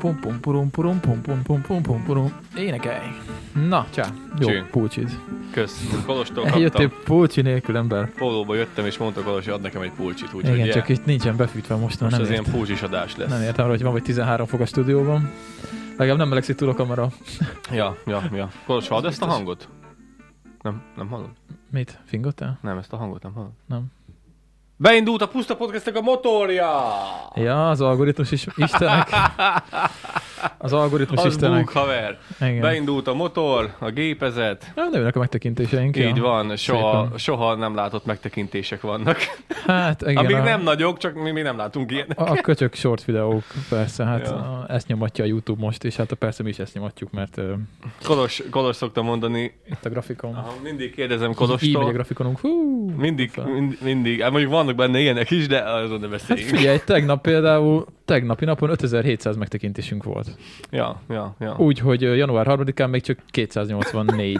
Énekelj! Na, csá, jó, pulcsid. Kösz, Kolostól kaptam. Eljöttél pulcsi nélkül, ember. Pólóba jöttem, és mondta Kolos, hogy ad nekem egy pulcsit. Igen, csak itt nincsen befűtve most. Most ez ilyen pulcsis adás lesz. Nem értem, hogy van vagy 13 fok a stúdióban. Legalább nem melegszik túl a kamera. Ja. Kolos, hallod ezt a hangot? Nem hallod? Mit? Fingottál? Nem, ezt a hangot nem hallod? Nem. Beindult a Puszta Podcastnek a motorja! Ja, az algoritmus is istenek. Az algoritmus istenek. Az búg, haver. Igen. Beindult a motor, a gépezet. Nem jönnek a megtekintéseink. Így van, soha nem látott megtekintések vannak. Hát igen. Amíg nem nagyok, csak mi nem látunk ilyenek. A köcsök short videók, persze, hát ja. Ezt nyomatja a YouTube most, és hát persze mi is ezt nyomatjuk, mert... Kolos szokta mondani... Itt a grafikon. Aha, mindig kérdezem Kolostól. Így megy a grafikonunk. Mindig. Hát mondjuk vannak benne ilyenek is, de azon ne beszéljünk. Hát figyelj, tegnapi napon 5700 megtekintésünk volt. Ja. Úgyhogy január 3-án még csak 284.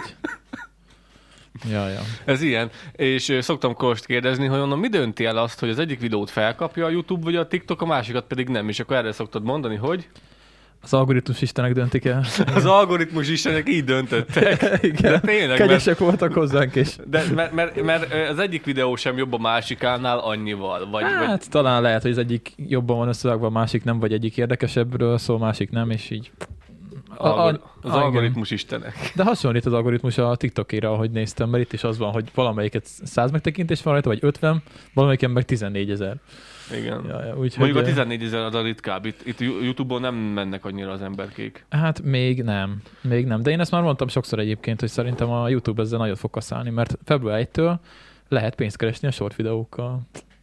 Ja. Ez ilyen. És szoktam Kolost kérdezni, hogy onnan mi dönti el azt, hogy az egyik videót felkapja a YouTube vagy a TikTok, a másikat pedig nem. És akkor erre szoktad mondani, hogy... Az algoritmus istenek döntik el. Az algoritmus istenek így döntöttek. Igen. De tényleg, kegyesek voltak hozzánk is. De mert az egyik videó sem jobb a másikánál annyival. Hát talán lehet, hogy az egyik jobban van összevágva, a másik nem, vagy egyik érdekesebbről szól, másik nem, és így... Az algoritmus istenek. De hasonlít az algoritmus a TikTokére, ahogy néztem, mert itt is az van, hogy valamelyiket 100 megtekintés van rajta, vagy 50, valamelyiken meg 14 000. Igen. Ja, mondjuk a 14 000 az a ritkább. Itt YouTube-on nem mennek annyira az emberkék. Hát még nem. De én ezt már mondtam sokszor egyébként, hogy szerintem a YouTube ezzel nagyot fog kaszálni, mert február 1-től lehet pénzt keresni a short videókkal.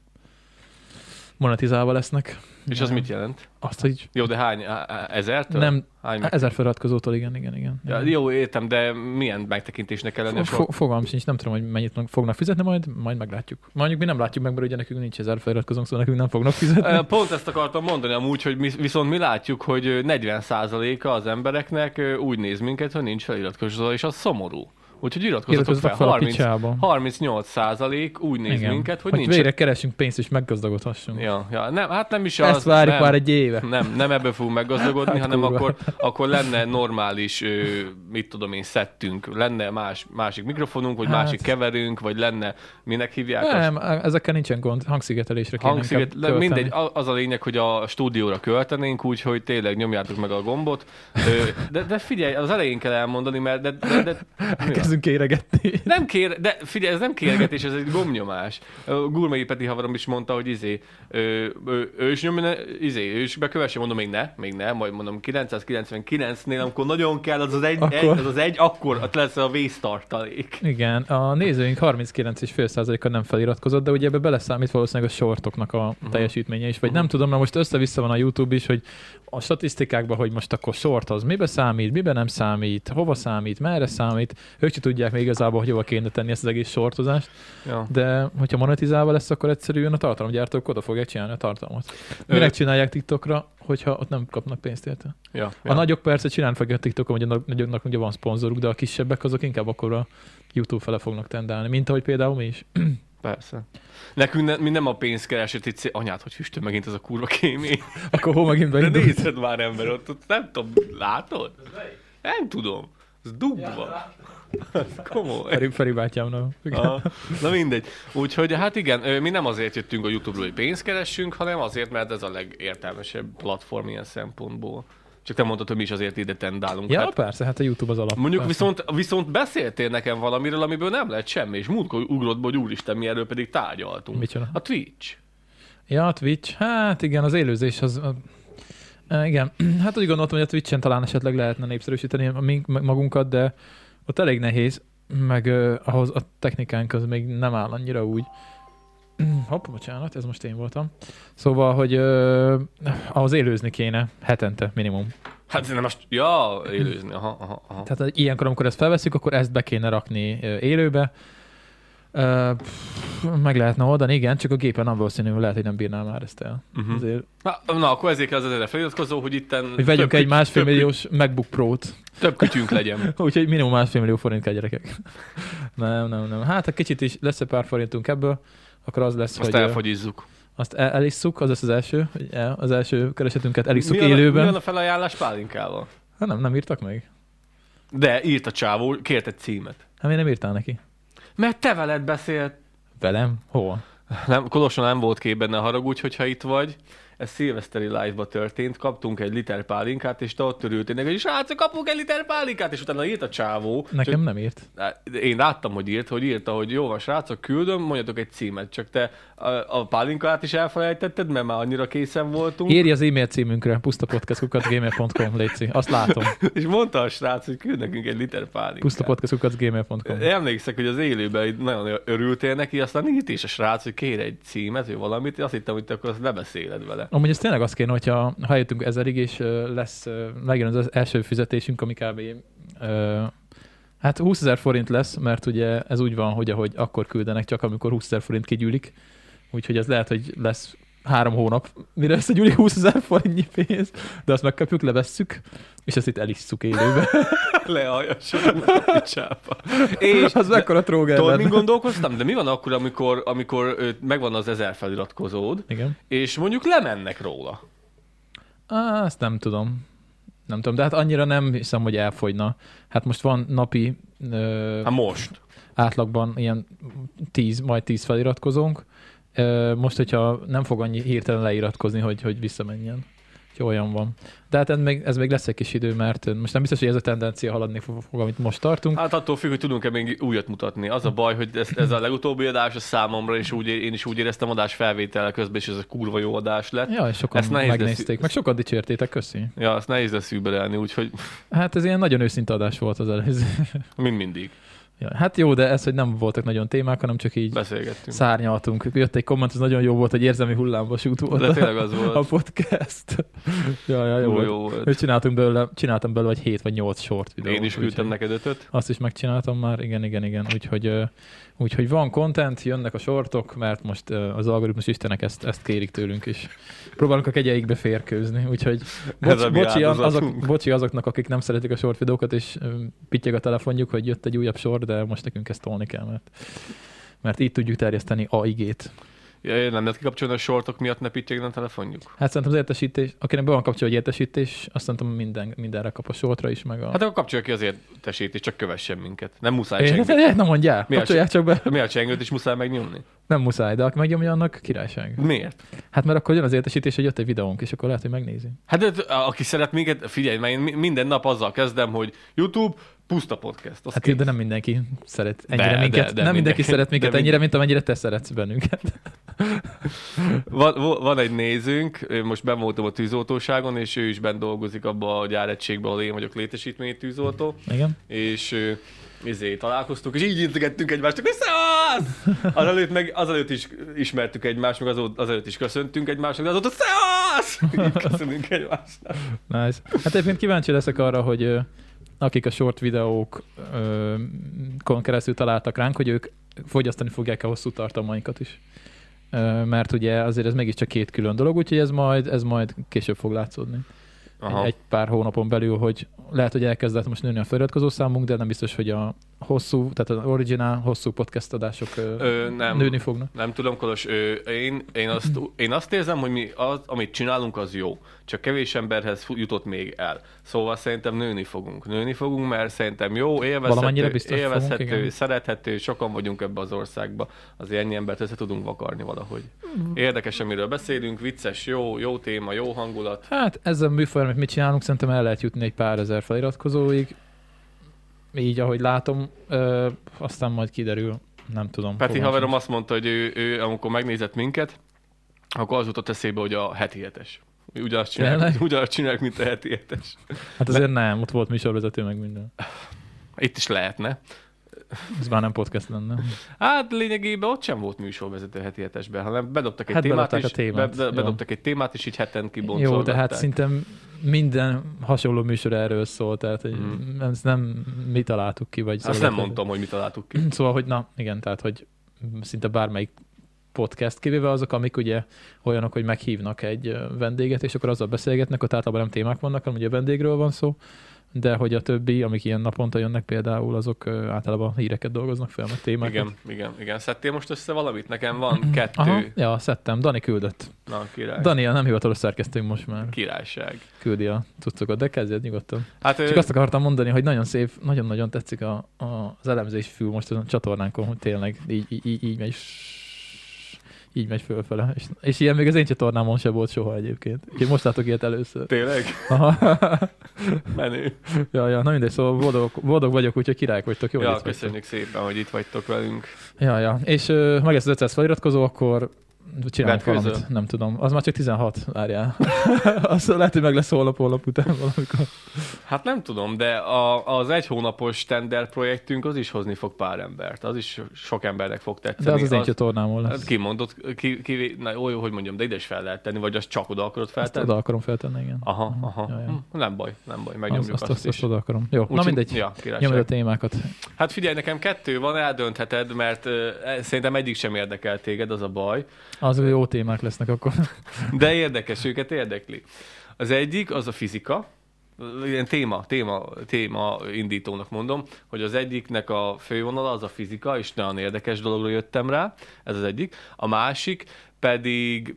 Monetizálva lesznek. És az mit jelent? Azt, hogy... Jó, de hány? 1000-től? Nem, 1000 feliratkozótól, igen. Ja, jó, értem, de milyen megtekintésnek kell lenni? Fogalmam sincs, nem tudom, hogy mennyit fognak fizetni, majd meglátjuk. Mondjuk mi nem látjuk meg, mert ugye nekünk nincs 1000 feliratkozónk, szóval nekünk nem fognak fizetni. Pont ezt akartam mondani amúgy, hogy viszont mi látjuk, hogy 40%-a az embereknek úgy néz minket, hogy nincs feliratkozó, és az szomorú. Úgyhogy iratkozzatok fel, 38% úgy néz minket, hogy nincs. Végre keresünk pénzt és meggazdagodhassunk. Ja, nem is az. Ezt várjuk már egy éve. Nem ebből fogunk meggazdagodni, hanem akkor lenne normális, mit tudom én, szettünk, lenne másik mikrofonunk, vagy másik keverünk, vagy lenne, minek hívják? Nem, ezekkel nincsen gond, hangszigetelésre kéne mindegy, az a lényeg, hogy a stúdióra költenénk, úgyhogy tényleg nyomjátok meg a gombot. De figyelj, az elején kell elmondani, mert kezdünk kéregetni. De figyelj, ez nem kéregetés, ez egy gombnyomás. Gurmai Peti havarom is mondta, hogy ő is nyomja, ő is bekövesse, mondom, még ne, majd mondom 999-nél, amikor nagyon kell az egy, akkor lesz a vésztartalék. Igen, a nézőink 39,5%-a nem feliratkozott, de ugye ebbe beleszámít valószínűleg a shortoknak a teljesítménye is, vagy nem tudom, mert most össze-vissza van a YouTube is, hogy a statisztikákban, hogy most akkor short az mibe számít, mibe nem számít, hova számít, merre számít, ők sem tudják még igazából, hogy hova kéne tenni ezt az egész sortozást, de hogyha monetizálva lesz, akkor egyszerűen a tartalomgyártók oda fogják csinálni a tartalmat. Minek csinálják TikTokra, hogyha ott nem kapnak pénzt érte? A nagyok persze csinálni fogják a TikTokon, hogy a nagyoknak ugye van szponzoruk, de a kisebbek azok inkább akkor a YouTube fele fognak tendálni, mint ahogy például mi is. Persze. Nekünk mi nem a pénzkereset, itt anyád, hogy füstöl megint ez a kurva kémény. Akkor hol megint beindult? De nézed már ember, ott nem tudom, látod? Nem tudom. Ez dugva. Komoly. Feri bátyámnak. Na mindegy. Úgyhogy hát igen, mi nem azért jöttünk a YouTube-ról, hogy pénzt keressünk, hanem azért, mert ez a legértelmesebb platform ilyen szempontból. Csak te mondtad, hogy mi is azért ide tendálunk. Ja, persze, hát a YouTube az alap. Mondjuk viszont beszéltél nekem valamiről, amiből nem lett semmi, és múltkor ugrott be, hogy úristen, mi erről pedig tárgyaltunk. Micsoda? A Twitch. Ja, a Twitch. Hát igen, az élőzés az... Igen, hát úgy gondoltam, hogy a Twitchen talán esetleg lehetne népszerűsíteni magunkat, de ott elég nehéz, meg ahhoz a technikánk az még nem áll annyira úgy. Bocsánat, ez most én voltam. Szóval, hogy ahhoz élőzni kéne hetente minimum. Hát nem most... élőzni, aha. Tehát ilyenkor, amikor ezt felveszünk, akkor ezt be kéne rakni élőbe. Meg lehetne oldani, igen, csak a gépen nem valószínű, lehet, hogy nem bírnám már ezt el. Azért... Na, akkor ezért kell az ezerre feliratkozó, hogy itten... Hogy vegyünk egy 1,5 milliós MacBook Pro-t. Több kütyünk legyen. Úgyhogy minimum 1,5 millió forint kell, gyerekek. Nem. Hát ha kicsit is lesz egy pár forintunk ebből, akkor az lesz, azt hogy... elfogyizzuk. azt elisszuk, az az első keresetünket elisszuk élőben. Mi van a felajánlás pálinkával? Hát nem írtak meg. De írt a csávó, kért egy címet. Hát miért nem írtál neki? Mert te veled beszélt. Velem? Hol? Kolosson nem volt képben, ne haragudj, hogyha itt vagy. Ez szilveszteri live-ba történt, kaptunk egy liter pálinkát, és te ott örültél neki, és srácok, kapunk egy liter pálinkát, és utána írt a csávó. Nekem nem írt. Én láttam, hogy írta, hogy jó van, srácok, küldöm, mondjatok egy címet, csak te a pálinkát is elfelejtetted, mert már annyira készen voltunk. Írj az e-mail címünkre, pusztapodcast@gmail.com, léci. Azt látom. És mondta a srác, hogy küld nekünk egy liter pálinkát. pusztapodcast@gmail.com. Emlékszek, hogy az élőben nagyon örültél neki, aztán írt is a srác, hogy kér egy címet, vagy valamit, azt hittem, hogy te akkor azt lebeszéled vele. Amúgy ez tényleg az kéne, hogyha ha eljutunk 1000-ig, és megjön az első fizetésünk, ami kb. Hát 20 000 forint lesz, mert ugye ez úgy van, hogy ahogy akkor küldenek, csak amikor 20 000 forint kigyűlik. Úgyhogy ez lehet, hogy lesz 3 hónap, mire összegyűlik 20 000 forintnyi pénz, de azt megkapjuk, levesszük, és ezt itt elisszuk élőbe. Lealjasson a csápa. És az mekkora tróger. Tudod, mint gondolkoztam? De mi van akkor, amikor megvan az 1000 feliratkozód, igen, és mondjuk lemennek róla? Azt nem tudom. Nem tudom, de hát annyira nem hiszem, hogy elfogyna. Hát most van napi most átlagban ilyen 10 feliratkozónk. Most, hogyha nem fog annyi hirtelen leiratkozni, hogy visszamenjen. Úgyhogy olyan van. De hát ez még lesz egy kis idő, mert most nem biztos, hogy ez a tendencia haladni fog, amit most tartunk. Hát attól függ, hogy tudunk-e még újat mutatni. Az a baj, hogy ez a legutóbbi adás a számomra, és én is úgy éreztem adás felvétel közben, és ez a kurva jó adás lett. Ja, és sokan megnézték, meg sokat dicsértétek, köszi. Ja, azt nehéz lesz überelni, úgyhogy... Hát ez ilyen nagyon őszinte adás volt az előző. Mindig. Ja, hát jó, de ez, hogy nem voltak nagyon témák, hanem csak így beszélgettünk. Szárnyaltunk. Jött egy komment, ez nagyon jó volt, hogy érzelmi hullámvasút volt. De tényleg az volt. A podcast. Jó volt. Csináltam belőle egy 7 vagy 8 short videót. Én is küldtem neked 5-öt. Azt is megcsináltam már, igen. Úgyhogy van content, jönnek a shortok, mert most az algoritmus istenek ezt kérik tőlünk is. Próbálunk a kegyeikbe férkőzni, úgyhogy bocsi azoknak, akik nem szeretik a short videókat, és pittyeg a telefonjuk, hogy jött egy újabb short, de most nekünk ezt tolni kell, mert így tudjuk terjeszteni a igét. Ja, nem lehet kikapcsolni a shortok miatt, ne pittyegjen a telefonjuk? Hát szerintem az értesítés, akinek be van kapcsolva egy értesítés, azt szerintem mindenre kap a shortra is, meg a... Hát akkor kapcsolja ki az értesítést, csak kövessen minket. Nem muszáj csengőt. Nem mondjál, kapcsolják csak be. Mi a csengőt is muszáj megnyomni? Nem muszáj, de aki megnyomja, annak királyság. Miért? Hát mert akkor jön az értesítés, hogy jött egy videónk, és akkor lehet, hogy megnézi. Hát de, aki szeret minket, figyelj, mert én minden nap azzal kezdem, hogy YouTube, puszta podcast. Hát de nem mindenki szeret ennyire minket. Nem mindenki szeret minket ennyire, mint amennyire te szeretsz bennünket. Van egy nézőnk, most benn voltam a tűzoltóságon, és ő is benn dolgozik abban a gyáregységben, ahol én vagyok létesítményi tűzoltó. Igen. És találkoztuk, és így integettünk egymást, hogy szevasz! Azelőtt is ismertük egymást, meg azelőtt is köszöntünk egymásnak, de azóta szevasz! Így köszönünk egymásnak. Nice. Hát egyébként kíváncsi leszek arra, hogy akik a short videókon keresztül találtak ránk, hogy ők fogyasztani fogják a hosszú tartalmainkat is. Mert ugye azért ez mégiscsak 2 külön dolog, úgyhogy ez majd később fog látszódni. Egy pár hónapon belül, hogy lehet, hogy elkezdett most nőni a feliratkozó számunk, de nem biztos, hogy a hosszú, tehát az originál hosszú podcast adások nőni fognak. Nem tudom, Kolos, én azt érzem, hogy amit csinálunk, az jó. Csak kevés emberhez jutott még el. Szóval szerintem nőni fogunk, mert szerintem jó, élvezhető, szerethető, sokan vagyunk ebbe az országba. Azért ennyi embert össze tudunk vakarni valahogy. Érdekes, amiről beszélünk, vicces, jó téma, jó hangulat. Hát ezzel a műfajra, amit mit csinálunk, szerintem el lehet jutni egy pár ezer feliratkozóig. Így, ahogy látom, aztán majd kiderül, nem tudom. Peti haverom azt mondta, hogy ő amikor megnézett minket, akkor az jutott eszébe, hogy a heti hetes. Ugyanazt csinálják, mint a heti hetes. Hát azért nem, ott volt műsorvezető, meg minden. Itt is lehetne. Ez már nem podcast lenne. Hát lényegében ott sem volt műsorvezető heti hetesben, hanem bedobtak egy témát, és így heten kiboncolgatták. Jó, de hát szinte minden hasonló műsor erről szól, tehát ezt nem mi találtuk ki. Vagy azt nem mondtam, hogy mi találtuk ki. Szóval, hogy tehát, hogy szinte bármelyik podcast, kivéve azok, amik ugye olyanok, hogy meghívnak egy vendéget, és akkor azzal beszélgetnek, ott általában nem témák vannak, hanem ugye a vendégről van szó, de hogy a többi, amik ilyen naponta jönnek például, azok általában híreket dolgoznak fel, meg témákat. Igen. Szedtél most össze valamit? Nekem van 2. Aha, ja, szedtem. Dani küldött. Na, király. Dani, nem hivatalos szerkesztőnk most már. Királyság. Küldi a cuccokat, de kezdjed nyugodtan. Hát, csak azt akartam mondani, hogy nagyon szép, nagyon-nagyon tetszik az elemzés fül most a csatornánkon, hogy tényleg így megy fölfele. És ilyen még az én csatornámon se volt soha egyébként. Úgyhogy most látok ilyet először. Tényleg? Aha. Menő. Ja, na mindegy, szóval boldog vagyok, úgyhogy királyok vagytok. Jó, ja, köszönjük szépen, hogy itt vagytok velünk. Ja. És meg lesz az 500 feliratkozó, akkor csinálunk valamit. Nem tudom. Az már csak 16, várjál. Azt lehet, hogy meg lesz holnap után valamikor. Hát nem tudom, de az 1 hónapos tender projektünk az is hozni fog pár embert. Az is sok embernek fog tetszeni. De az én csatornámon lesz. Kimondott, jó, hogy mondjam, de ide is fel lehet tenni, vagy azt csak oda akarod feltenni? Azt oda akarom feltenni, igen. Aha. Ja. Nem baj, megnyomjuk azt is. Azt oda akarom. Jó, na mindegy, nyomod a témákat. Hát figyelj, nekem 2 van, eldöntheted, mert szerintem egyik sem érdekel téged, az a baj. Az jó témák lesznek akkor. De érdekes, őket érdekli. Az egyik, az a fizika. Ilyen téma indítónak mondom, hogy az egyiknek a fővonala az a fizika, és nagyon érdekes dologra jöttem rá. Ez az egyik. A másik pedig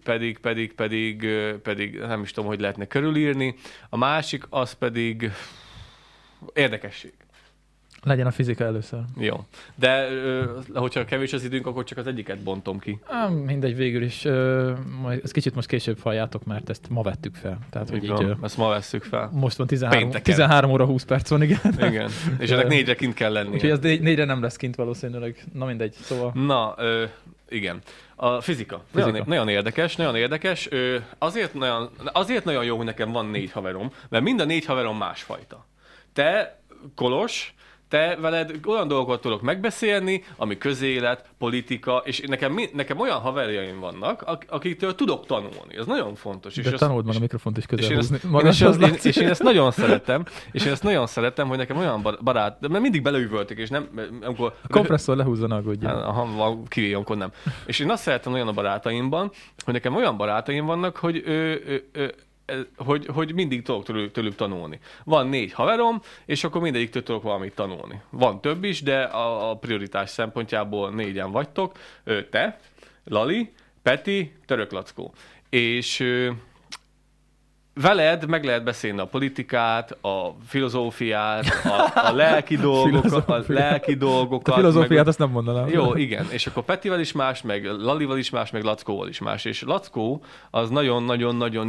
nem is tudom, hogy lehetne körülírni. A másik az pedig érdekesség. Legyen a fizika először. Jó. De hogyha kevés az időnk, akkor csak az egyiket bontom ki. Mindegy, végül is. Majd ezt kicsit most később halljátok, mert ezt ma vettük fel. Tehát, hogy így, ezt ma vesszük fel. Most van 13 óra 20 perc van, igen. Igen. És ennek 4-re kint kell lenni. Úgyhogy ez 4-re nem lesz kint valószínűleg. Na mindegy, szóval. Na, igen. A fizika. Nagyon érdekes. Azért nagyon jó, hogy nekem van 4 haverom, mert mind a 4 haverom másfajta. Te, Kolos, te veled olyan dolgokat tudok megbeszélni, ami közélet, politika, és nekem olyan haverjaim vannak, akiktől tudok tanulni. Ez nagyon fontos. De tanuld meg a mikrofont is közel húzni. És én ezt nagyon szeretem, hogy nekem olyan barát, mert mindig beleüvöltök, és nem... Amikor, a kompresszor lehúzza, ne aggódjál. Aha, kivélyomkor nem. És én azt szeretem olyan a barátaimban, hogy nekem olyan barátaim vannak, hogy mindig tudok tőlük tanulni. Van 4 haverom, és akkor mindegyiktől tudok valamit tanulni. Van több is, de a prioritás szempontjából 4-en vagytok. Te, Lali, Peti, Török Lackó. És veled meg lehet beszélni a politikát, a filozófiát, a lelki dolgokat. A filozófiát azt nem mondanám. Jó, igen. És akkor Petivel is más, meg Lalival is más, meg Lackóval is más. És Lackó az nagyon-nagyon-nagyon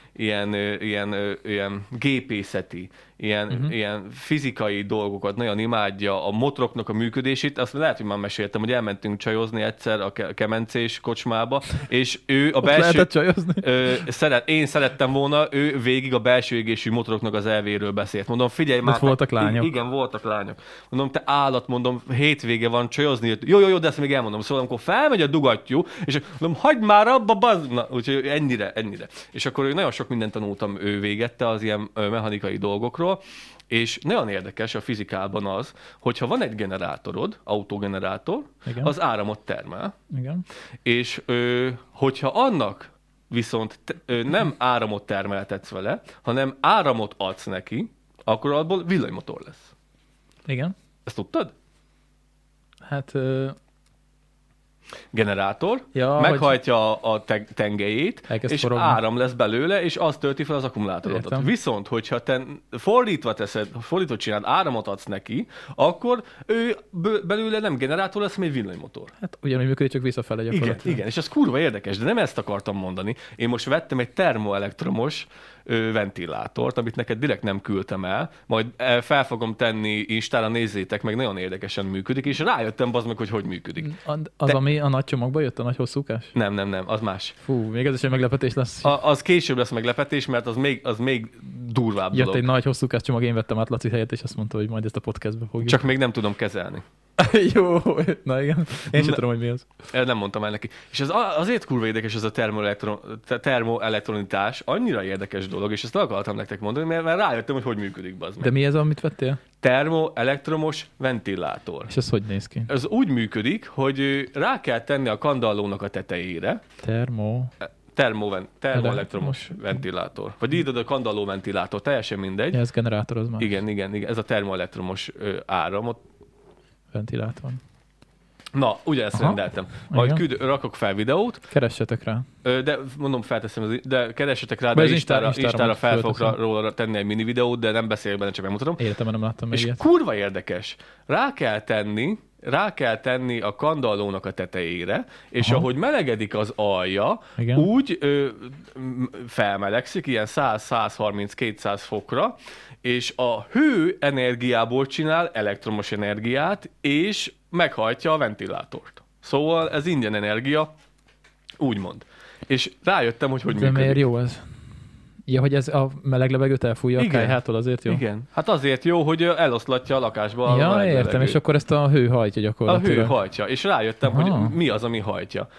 ilyen gépészeti, ilyen fizikai dolgokat nagyon imádja, a motoroknak a működését. Azt lehet, hogy már meséltem, hogy elmentünk csajozni egyszer a Kemencés kocsmába, és ő a belső... Én szerettem volna, ő végig a belső égésű motoroknak az elvéről beszélt. Mondom, figyelj már... voltak lányok. Igen, voltak lányok. Mondom, te állat, mondom, hétvége van csajozni. Jó, de ezt még elmondom. Szóval amikor felmegy a dugattyú, és mondom, hagyd már abba, bazd! Na, úgyhogy ennyire. És akkor nagyon sok mindent tanultam, ő végette az ilyen mechanikai dolgokról, és nagyon érdekes a fizikában az, hogyha van egy generátorod, autogenerátor, igen, az áramot termel. Igen. És hogyha annak viszont nem áramot termeltetsz vele, hanem áramot adsz neki, akkor abból villanymotor lesz. Igen. Ezt tudtad? Hát... generátor, meghajtja a tengelyét, és forogni. Áram lesz belőle, és az tölti fel az akkumulátorodat. Értem. Viszont, hogyha te fordítva csinálod, áramot adsz neki, akkor ő belőle nem generátor lesz, hanem egy villanymotor. Hát ugyanúgy működik, csak visszafele gyakorlatilag. Igen, és ez kurva érdekes, de nem ezt akartam mondani. Én most vettem egy termoelektromos ventilátort, amit neked direkt nem küldtem el, majd fel fogom tenni Instára, nézzétek meg, nagyon érdekesen működik, és rájöttem bazd meg, hogy működik. Ami a nagy csomagba jött, a nagy hosszúkás? Nem, az más. Fú, még ez is egy meglepetés lesz. Az később lesz meglepetés, mert az még durvább jött dolog. egy nagy hosszúkás csomag, én vettem át Laci helyett, és azt mondta, hogy majd ezt a podcastbe fogjuk. Csak még nem tudom kezelni. Jó, na igen. Én sem tudom, hogy mi az. Nem mondtam el neki. És ez azért kurva érdekes ez a termoelektronitás, annyira érdekes dolog, és ezt akartam nektek mondani, mert rájöttem, hogy működik, bazd meg. De mi ez, amit vettél? Termoelektromos ventilátor. És ez hogy néz ki? Ez úgy működik, hogy rá kell tenni a kandallónak a tetejére. termoelektromos ventilátor. Vagy írod a kandalló ventilátor, teljesen mindegy. Ja, ez generátor, az már. Igen, ez a termoelektromos áramot. Ventilátor. Na, ugye ezt rendeltem. Majd rakok fel videót. Keressetek rá. De mondom, felteszem, de keressetek rá, de Instára fel fogok róla tenni egy mini videót, de nem beszélek benne, csak megmutatom. Életemben nem láttam még ilyet. És kurva érdekes. Rá kell tenni a kandallónak a tetejére, és ahogy melegedik az alja, igen, úgy felmelegszik, ilyen 100-130-200 fokra, és a hő energiából csinál elektromos energiát, és meghajtja a ventilátort. Szóval ez ingyen energia, úgymond. És rájöttem, hogy működik. De miért jó ez? Ja, hogy ez a meleg levegőt elfújja a kályhától, azért jó? Igen. Hát azért jó, hogy eloszlatja a lakásba a meleg értem, levegőt. És akkor ezt a hő hajtja gyakorlatilag. A hő hajtja, és rájöttem, hogy mi az, ami hajtja.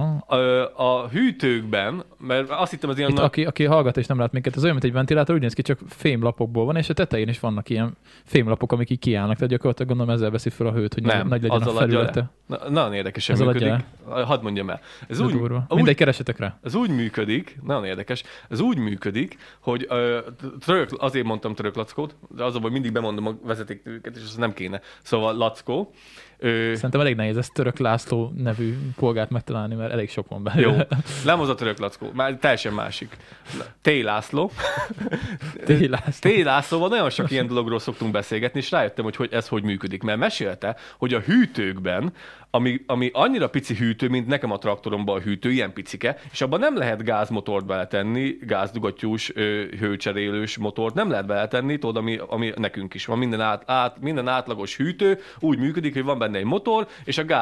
A hűtőkben, mert azt hittem az ilyen... Itt, aki hallgat és nem lát minket, az olyan, mint egy ventilátor, úgy néz ki, csak fémlapokból van, és a tetején is vannak ilyen fémlapok, amik így kiállnak, tehát gyakorlatilag gondolom ezzel veszi fel a hőt, hogy nagy legyen a felülete. Nagyon érdekesen működik. Hadd mondjam el. Ez mindegy, keresetek rá. Ez úgy működik, nagyon érdekes, ez úgy működik, hogy azért mondtam Török Lackót, de azon, hogy mindig bemondom a vezetéknőket, és ez nem kéne. Szóval Lackó. Szerintem elég nehéz ezt Török László nevű polgárt megtalálni, mert elég sok van belőle. Jó, nem az a Török Lackó, már teljesen másik. T. László. T. Lászlóval nagyon sok ilyen dologról szoktunk beszélgetni, és rájöttem, hogy ez hogy működik. Mert mesélte, hogy a hűtőkben, ami annyira pici hűtő, mint nekem a traktoromban a hűtő, ilyen picike, és abban nem lehet gázmotort beletenni, gázdugattyús, hőcserélős motort nem lehet beletenni, tudod, ami nekünk is van. Minden átlagos hűtő úgy működik, hogy van benne egy motor, és a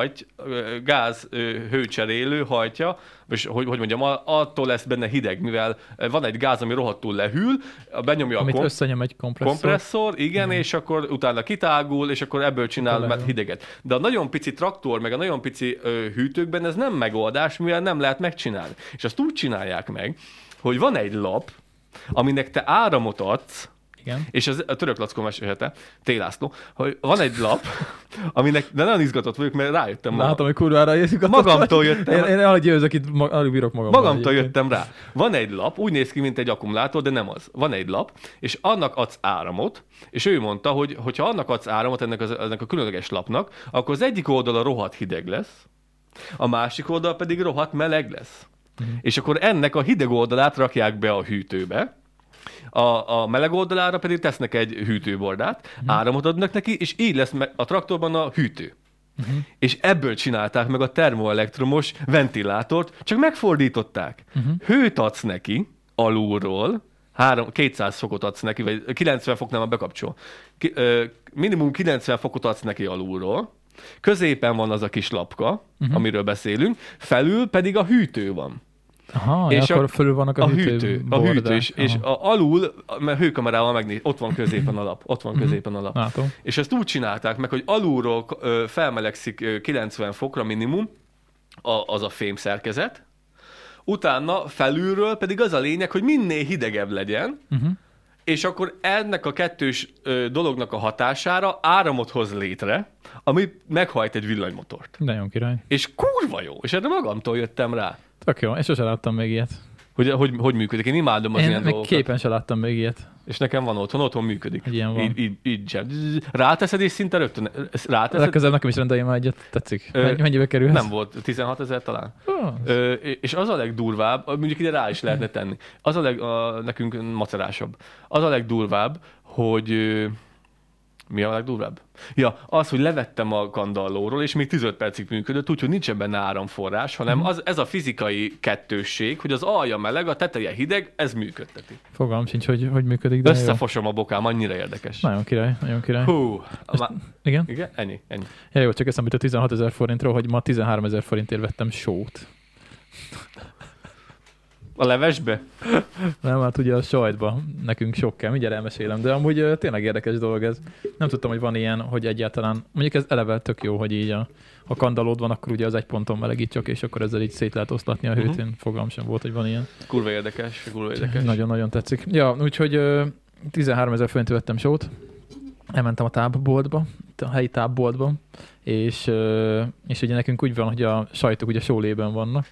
gáz hőcserélő hajtja, és hogy mondjam, attól lesz benne hideg, mivel van egy gáz, ami rohadtul lehűl, benyomja amit összenyom egy kompresszor, igen, és akkor utána kitágul, és akkor ebből csinál hideget. De a nagyon pici traktor, meg a nagyon pici hűtőkben ez nem megoldás, mivel nem lehet megcsinálni. És azt úgy csinálják meg, hogy van egy lap, aminek te áramot adsz, igen. És a Török Lackó mesélhette, T. László, hogy van egy lap, aminek, de nagyon izgatott vagyok, mert rájöttem. Látom, hogy kurvára izgatott. Magamtól jöttem. Én alig győzök itt, alig bírok magammal. Magamtól jöttem rá. Van egy lap, úgy néz ki, mint egy akkumulátor, de nem az. Van egy lap, és annak adsz áramot, és ő mondta, hogy ha annak adsz áramot ennek a különleges lapnak, akkor az egyik oldala rohadt hideg lesz, a másik oldal pedig rohadt meleg lesz. És akkor ennek a hideg oldalát rakják be a hűtőbe, a meleg oldalára pedig tesznek egy hűtőbordát, áramot adnak neki, és így lesz a traktorban a hűtő. És ebből csinálták meg a termoelektromos ventilátort, csak megfordították. Hőt adsz neki alulról, 200 fokot adsz neki, vagy 90 foknál már bekapcsol. Minimum 90 fokot adsz neki alulról, középen van az a kis lapka, amiről beszélünk, felül pedig a hűtő van. Aha, és akkor fölül vannak a hűtő és alul, mert hőkamerával megnéz, ott van középen a lap, Látom. És ezt úgy csinálták meg, hogy alulról felmelegszik 90 fokra minimum az a fém szerkezet, utána felülről pedig az a lényeg, hogy minél hidegebb legyen, és akkor ennek a kettős dolognak a hatására áramot hoz létre, ami meghajt egy villanymotort. Nagyon király. És kurva jó, és erre magamtól jöttem rá. Tök jó, és sosem láttam még ilyet. Hogy működik? Én imádom az ilyen dolgokat. Én képen sem láttam még ilyet. És nekem van otthon működik. Ilyen van. Így sem. Ráteszed és szinte rögtön. Legközelebb nekem is rendeljem már egyet, tetszik. Mennyibe kerül ez? Nem volt, 16 000 talán. És az a legdurvább, mondjuk ide rá is lehetne tenni, az nekünk macerásabb. Az a legdurvább, hogy... Mi a legdurvább? Ja, az, hogy levettem a kandallóról, és még 15 percig működött, úgyhogy nincsen benne áramforrás, hanem ez a fizikai kettősség, hogy az alja meleg, a teteje hideg, ez működteti. Fogalmam sincs, hogy működik. De összefosom a bokám, annyira érdekes. Nagyon király, nagyon király. Hú. Igen? Igen? Ennyi. Ja, jó, csak eszembe a 16 000 forintról, hogy ma 13 000 forintért vettem sót. A levesbe? Nem, hát ugye a sajtba nekünk sok kell, mindjárt elmesélem, de amúgy tényleg érdekes dolog ez. Nem tudtam, hogy van ilyen, hogy egyáltalán, mondjuk ez eleve tök jó, hogy így ha kandallód van, akkor ugye az egy ponton melegít csak, és akkor ezzel így szét lehet oszlatni a hőt, én fogalmam sem volt, hogy van ilyen. Kurva érdekes. Nagyon-nagyon tetszik. Ja, úgyhogy 13 000 forintért vettem sót, elmentem a tápboltba, a helyi tápboltba, és ugye nekünk úgy van, hogy a sajtok ugye sólében vannak,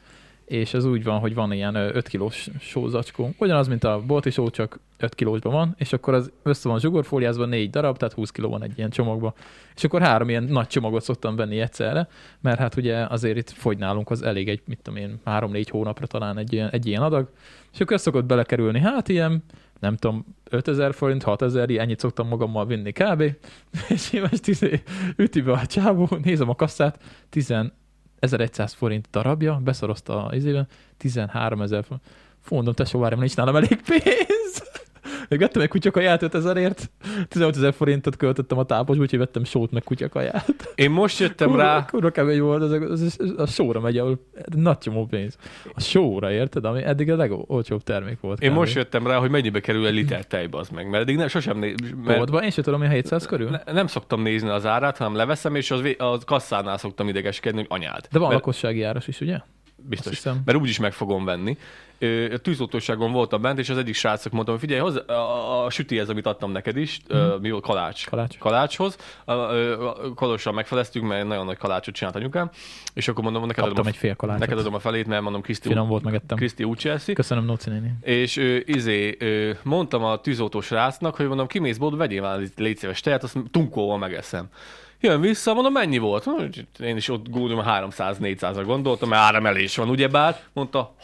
és ez úgy van, hogy van ilyen 5 kilós sózacskó. Ugyanaz, mint a bolti só, csak 5 kilósban van, és akkor az össze van zsugorfóliázva 4 darab, tehát 20 kiló van egy ilyen csomagban. És akkor 3 ilyen nagy csomagot szoktam venni egyszerre, mert hát ugye azért itt fogy nálunk, az elég egy, 3-4 hónapra talán egy ilyen adag, és akkor ez szokott belekerülni, hát ilyen, nem tudom, 5000 forint, 6000, ennyit szoktam magammal vinni kb. És én most üti be a csávó, nézem a kasszát, 1100 forint darabja, beszorozta az izében, 13 000 forint. Mondom, tesó, várjam, nincs nálam elég pénz. Még vettem egy kutyakaját 5000-ért, 15 000 forintot költöttem a tápos, úgyhogy vettem sót meg kutyakaját. Én most jöttem rá... Kurva kemény volt, a sóra megy, ahol nagy csomó pénz. A sóra, érted? Ami eddig a legolcsóbb termék volt. Én most jöttem rá, hogy mennyibe kerül egy liter tej, az meg, mert eddig sosem Boltban? Én sem tudom, hogy 700 körül? Nem szoktam nézni az árát, hanem leveszem, és a kasszánál szoktam idegeskedni, hogy anyád. De van lakossági áras is, ugye? Biztos, mert úgyis meg fogom venni. A tűzoltóságon voltam bent, és az egyik srácok mondtam, hogy figyelj, a sütihez, amit adtam neked is, mi volt, kalácshoz. Kalossal megfeleztük, mert nagyon nagy kalácsot csinált anyukám, és akkor mondom, neked adom a felét, mert mondom, Kriszti úgy eszi. Köszönöm, Nóci néni. És mondtam a tűzoltó srácnak, hogy mondom, kimész boltba, vegyél már légy szíves tejet, azt tunkóval megeszem. Jön vissza, mondom, mennyi volt? Én is ott gondolom 300-400-ra gondoltam, mert áremelés van, ugyebár. Mondta,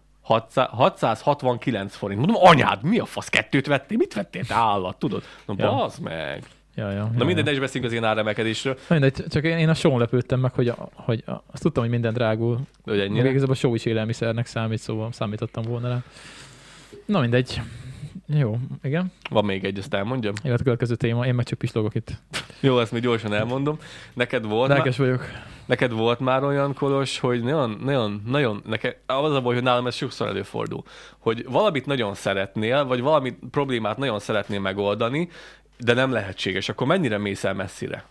669 forint. Mondom, anyád, mi a fasz, 2-t vettél? Mit vettél, te állat, tudod? Mondom, bazd meg. Na mindegy, ne is beszélünk az ilyen áremelkedésről. Mindegy, csak én a són lepődtem meg, hogy azt tudtam, hogy minden drágul. Még igazából a só is élelmiszernek számít, szóval számítottam volna rá. Na mindegy. Jó, igen. Van még egy, azt elmondjam. Igen, a következő téma, én meg csak pislogok itt. Jó, ezt még gyorsan elmondom. Lelkes vagyok. Neked volt már olyan, Kolos, hogy nagyon, az a baj, hogy nálam ez sokszor előfordul, hogy valamit nagyon szeretnél, vagy valami problémát nagyon szeretnél megoldani, de nem lehetséges. Akkor mennyire mész el messzire?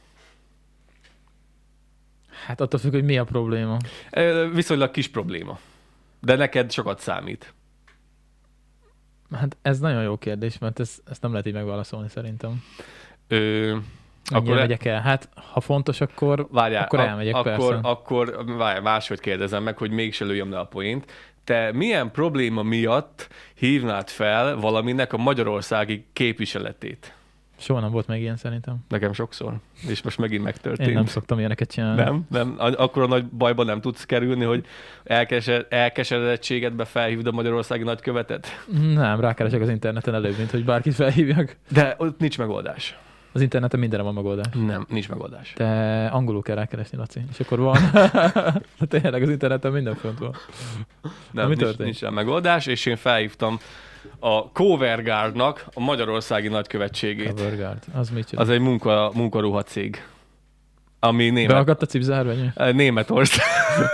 Hát attól függ, hogy mi a probléma. Viszonylag kis probléma. De neked sokat számít. Hát ez nagyon jó kérdés, mert ezt nem lehet így megválaszolni szerintem. Mennyire megyek el? Hát, ha fontos, akkor elmegyek, persze. Akkor máshogy kérdezem meg, hogy mégse lőjem le a poént. Te milyen probléma miatt hívnád fel valaminek a magyarországi képviseletét? Soha nem volt még ilyen szerintem. Nekem sokszor. És most megint megtörtént. Én nem szoktam ilyeneket csinálni. Nem. Akkor a nagy bajban nem tudsz kerülni, hogy elkeseredettségedbe felhívd a magyarországi nagykövetet? Nem, rákeresek az interneten előbb, mint hogy bárkit felhívjak. De ott nincs megoldás. Az interneten mindenre van megoldás. Nem, nincs megoldás. De angolul kell rákeresni, Laci. És akkor van. Tényleg az interneten minden fönt van. Nem, nincs rá megoldás, és én felhívtam a Coverguardnak a magyarországi nagykövetségét. Coverguard, az mit csinál? Az egy munkaruha cég. Ami német. Beakadt a cipzárvány? Németország.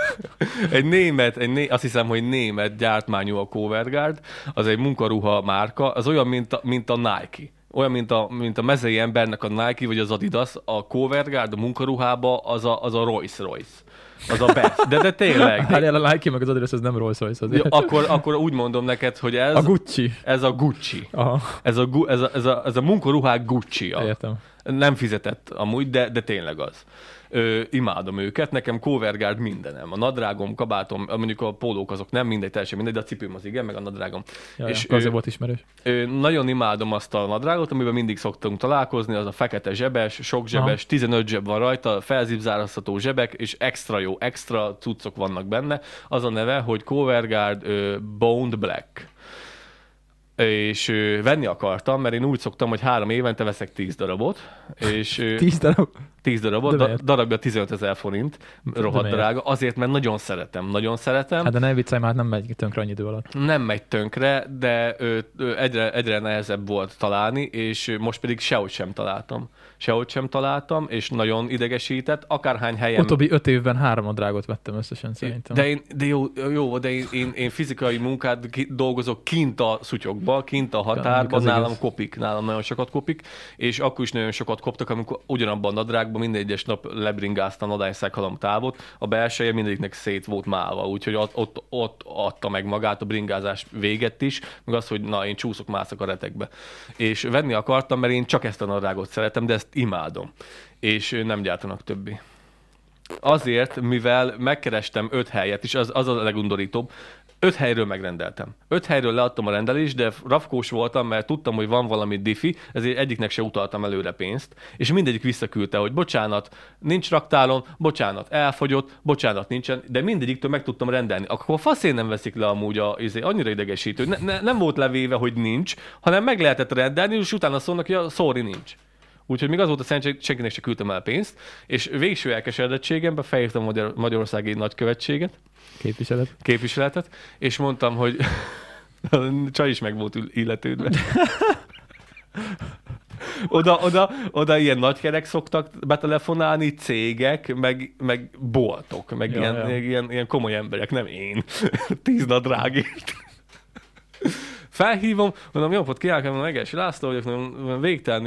Azt hiszem, hogy német gyártmányú a Coverguard. Az egy munkaruha márka. Az olyan, mint a Nike. Olyan, mint a mezei embernek a Nike, vagy az Adidas. A Coverguard a munkaruhába az a Rolls-Royce. Az a best. De tényleg. Hálljál a Nike, meg az Adidas, ez nem Rolls-Royce. Ja, akkor úgy mondom neked, hogy ez... A Gucci. Ez a Gucci. Aha. Ez a munkaruhák Gucci-ja. Értem. Nem fizetett amúgy, de tényleg az. Imádom őket, nekem Coverguard mindenem. A nadrágom, kabátom, mondjuk a pólók azok nem mindegy, teljesen mindegy, de a cipőm az igen, meg a nadrágom. És azért volt ismerős. Nagyon imádom azt a nadrágot, amiben mindig szoktunk találkozni, az a fekete zsebes, sok zsebes, 15 zseb van rajta, felzipzárazható zsebek, és extra cuccok vannak benne. Az a neve, hogy Coverguard Boned Black. És venni akartam, mert én úgy szoktam, hogy 3 évente veszek 10 darabot. És 10 darab? 10 darabot, darabja 15 000 forint, rohadt drága. Azért, mert nagyon szeretem. Hát de ne viccelj, már nem megy tönkre annyi idő alatt. Nem megy tönkre, de egyre nehezebb volt találni, és most pedig sehogy sem találtam, és nagyon idegesített, akárhány helyen... Utóbbi 5 évben 3 nadrágot vettem összesen szerintem. De én fizikai munkát dolgozok kint a szutyokba, kint a határban, nálam nagyon sokat kopik, és akkor is nagyon sokat koptak, amikor ugyanabban a nadrágban minden egyes nap lebringáztam nadányszeghalom távot, a belseje mindegyiknek szét volt málva, úgyhogy ott adta meg magát a bringázás véget is, meg az, hogy én csúszok-mászok a retekbe. És venni akartam, mert én csak ezt a nadrágot szeretem, de ezt imádom. És nem gyártanak többi. Azért, mivel megkerestem 5 helyet, és az a legundorítóbb, 5 helyről megrendeltem. 5 helyről leadtam a rendelést, de rafkós voltam, mert tudtam, hogy van valami diffi, ezért egyiknek se utaltam előre pénzt, és mindegyik visszaküldte, hogy bocsánat, nincs raktáron, bocsánat, elfogyott, bocsánat, nincsen, de mindegyiktől meg tudtam rendelni. Akkor faszén nem veszik le amúgy annyira idegesítő. Nem volt levéve, hogy nincs, hanem meg lehetett rendelni, és utána szólnak, hogy a sorry, nincs. Úgyhogy még az volt a szerencsé, senkinek se küldtem el pénzt, és végső elkeseredettségemben felhívtam a Magyarországi Nagykövetséget, képviseletet, és mondtam, hogy csaj is meg volt illetődve. Oda ilyen nagykerek szoktak betelefonálni, cégek, meg boltok, meg ilyen komoly emberek, nem én. 10 nadrágért. Felhívom, mondom, jó napot kívánok, mondom, Egesi László vagyok, mondom,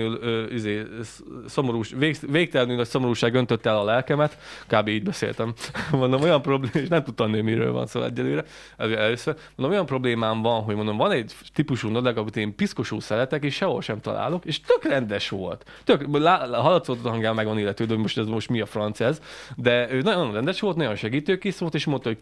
végtelenül nagy szomorúság öntötte el a lelkemet, kb. Így beszéltem. Mondom, olyan probléma, és nem tudtam nő, miről van szó egyelőre, először. Mondom, olyan problémám van, hogy mondom, van egy típusú nadrág, amit én piszkosul szeretek, és sehol sem találok, és tök rendes volt. Hallatszott a hangján meg van illetődő, hogy most mi a franc ez, de ő nagyon rendes volt, nagyon segítőkész volt, és mondta, hogy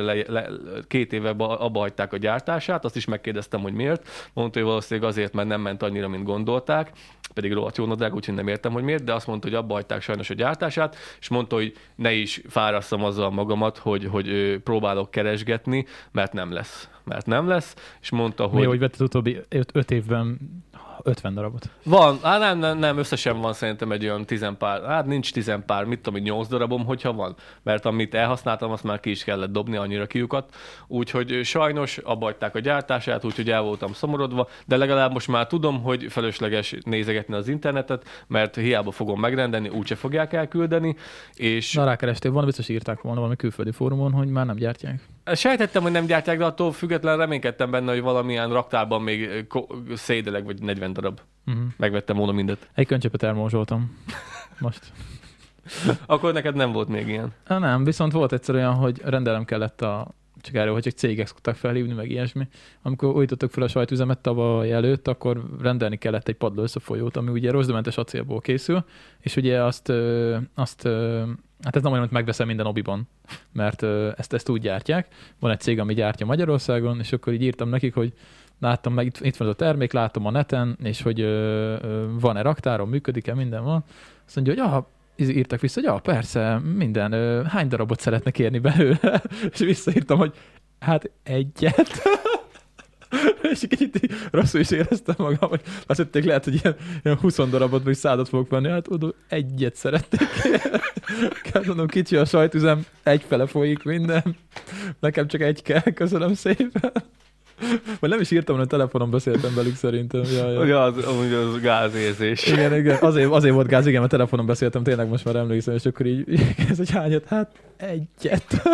2 éve abba hagyták a gyártását, azt is megkérdeztem, hogy miért. Mondta, hogy valószínűleg azért, mert nem ment annyira, mint gondolták, pedig rohadt jó nadrág, úgyhogy nem értem, hogy miért, de azt mondta, hogy abba hagyták sajnos a gyártását, és mondta, hogy ne is fárasszam azzal magamat, hogy próbálok keresgetni, mert nem lesz, és mondta, hogy... Mi, hogy vetted utóbbi 5 évben 50 darabot? Van, nem, összesen van szerintem egy olyan 10 pár, hát nincs 10 pár, mit tudom, 8 darabom, hogyha van, mert amit elhasználtam, azt már ki is kellett dobni, annyira kiukat, úgyhogy sajnos abba hagyták a gyártását, úgyhogy el voltam szomorodva, de legalább most már tudom, hogy felesleges nézegetni az internetet, mert hiába fogom megrendelni, úgyse fogják elküldeni, és... Na, rákerestél volna, biztos írták volna valami külföldi fórumon, hogy már nem gyártják. Sejtettem, hogy nem gyártják, de attól függetlenül reménykedtem benne, hogy valamilyen raktárban még szédeleg, vagy 40 darab. Megvettem volna mindet. Egy könycsöpet elmózsoltam. Most. Akkor neked nem volt még ilyen? Nem, viszont volt egyszer olyan, hogy rendelem kellett csak erről, hogy csak cégek szoktak felhívni, meg ilyesmi. Amikor újítottak fel a sajtüzemet tavaly előtt, akkor rendelni kellett egy padló összefolyót, ami ugye rozsdamentes acélból készül, és ugye azt hát ez nem olyan, hogy megveszem minden obiban, mert ezt úgy gyártják. Van egy cég, ami gyártja Magyarországon, és akkor így írtam nekik, hogy láttam meg, itt van a termék, látom a neten, és hogy van-e raktáron, működik-e, minden van. Azt mondja, hogy írtak vissza, hogy persze, minden, hány darabot szeretne kérni belőle? És visszaírtam, hogy hát egyet. És kicsit rosszul is éreztem magam, hogy azt hitték, lehet, hogy ilyen 20 darabot vagy 100-at fogok venni, hát oda egyet szeretnék. Kell mondom, kicsi a sajtüzem, egyfele folyik minden. Nekem csak egy kell, köszönöm szépen. Vagy nem is írtam, hogy a telefonon beszéltem velük szerintem. Ja, az gázérzés. Igen. Azért volt gáz, igen, mert telefonon beszéltem, tényleg most már emlékszem, és akkor így ez egy hányat, hát egyet.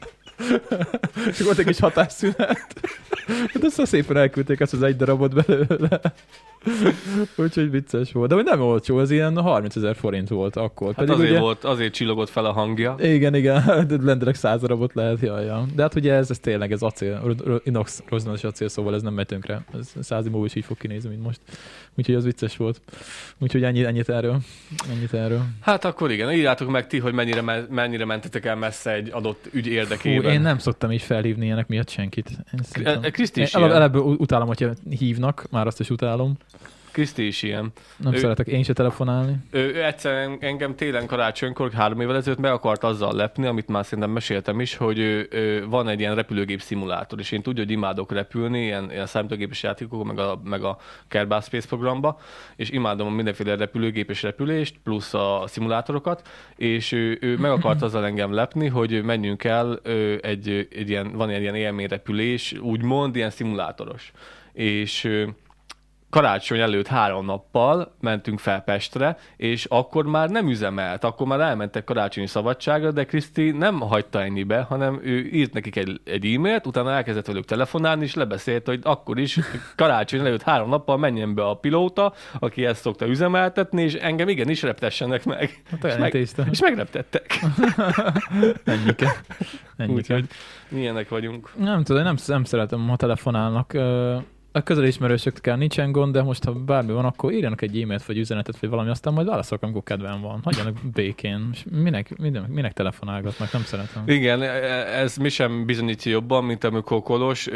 És volt egy kis hatásszünet. Hát azt szépen elküldték ezt az egy darabot belőle. Úgyhogy vicces volt. De hogy nem olcsó, az ilyen 30 000 forint volt akkor. Hát pedig azért csillogott fel a hangja. Igen. Rendelek 100 darabot lehet, ja. De hát ugye ez tényleg, ez acél, inox rozsdamentes acél, szóval ez nem megy tönkre. Ez 100 év múlva is így fog kinézni, mint most. Úgyhogy az vicces volt. Úgyhogy ennyit erről. Hát akkor igen, írjátok meg ti, hogy mennyire mentetek el messze egy adott ügy érdekében. Én nem szoktam így felhívni ilyenek miatt senkit. Kriszti is ebből utálom, hogyha hívnak, már azt is utálom. Kriszti is ilyen. Nem szeretek én se telefonálni. Ő egyszer engem télen karácsonykor 3 évvel ezelőtt meg akart azzal lepni, amit már szerintem meséltem is, hogy van egy ilyen repülőgép szimulátor, és én tudja, hogy imádok repülni, ilyen számítógépes játékok, meg a Kerbal Space programba, és imádom mindenféle repülőgépes repülést, plusz a szimulátorokat, és ő meg akart azzal engem lepni, hogy menjünk el van egy ilyen élményrepülés, úgymond ilyen szimulátoros. És karácsony előtt 3 nappal mentünk fel Pestre, és akkor már nem üzemelt, akkor már elmentek karácsonyi szabadságra, de Kriszti nem hagyta ennyibe, hanem ő írt nekik egy e-mailt, utána elkezdett velük telefonálni, és lebeszélt, hogy akkor is karácsony előtt 3 nappal menjen be a pilóta, aki ezt szokta üzemeltetni, és engem igenis reptessenek meg. Hát és megreptettek. Ennyike. Úgyhogy milyenek vagyunk. Nem tudom, nem szeretem, ha telefonálnak. a közelismerősökkel nincsen gond, de most ha bármi van, akkor írjanak egy e-mailt vagy üzenetet, vagy valami, aztán majd válaszolok, amikor kedvem van. Hagyjanak békén. És minek telefonálgatnak, nem szeretem. Igen, ez mi sem bizonyítja jobban, mint amikor Kolos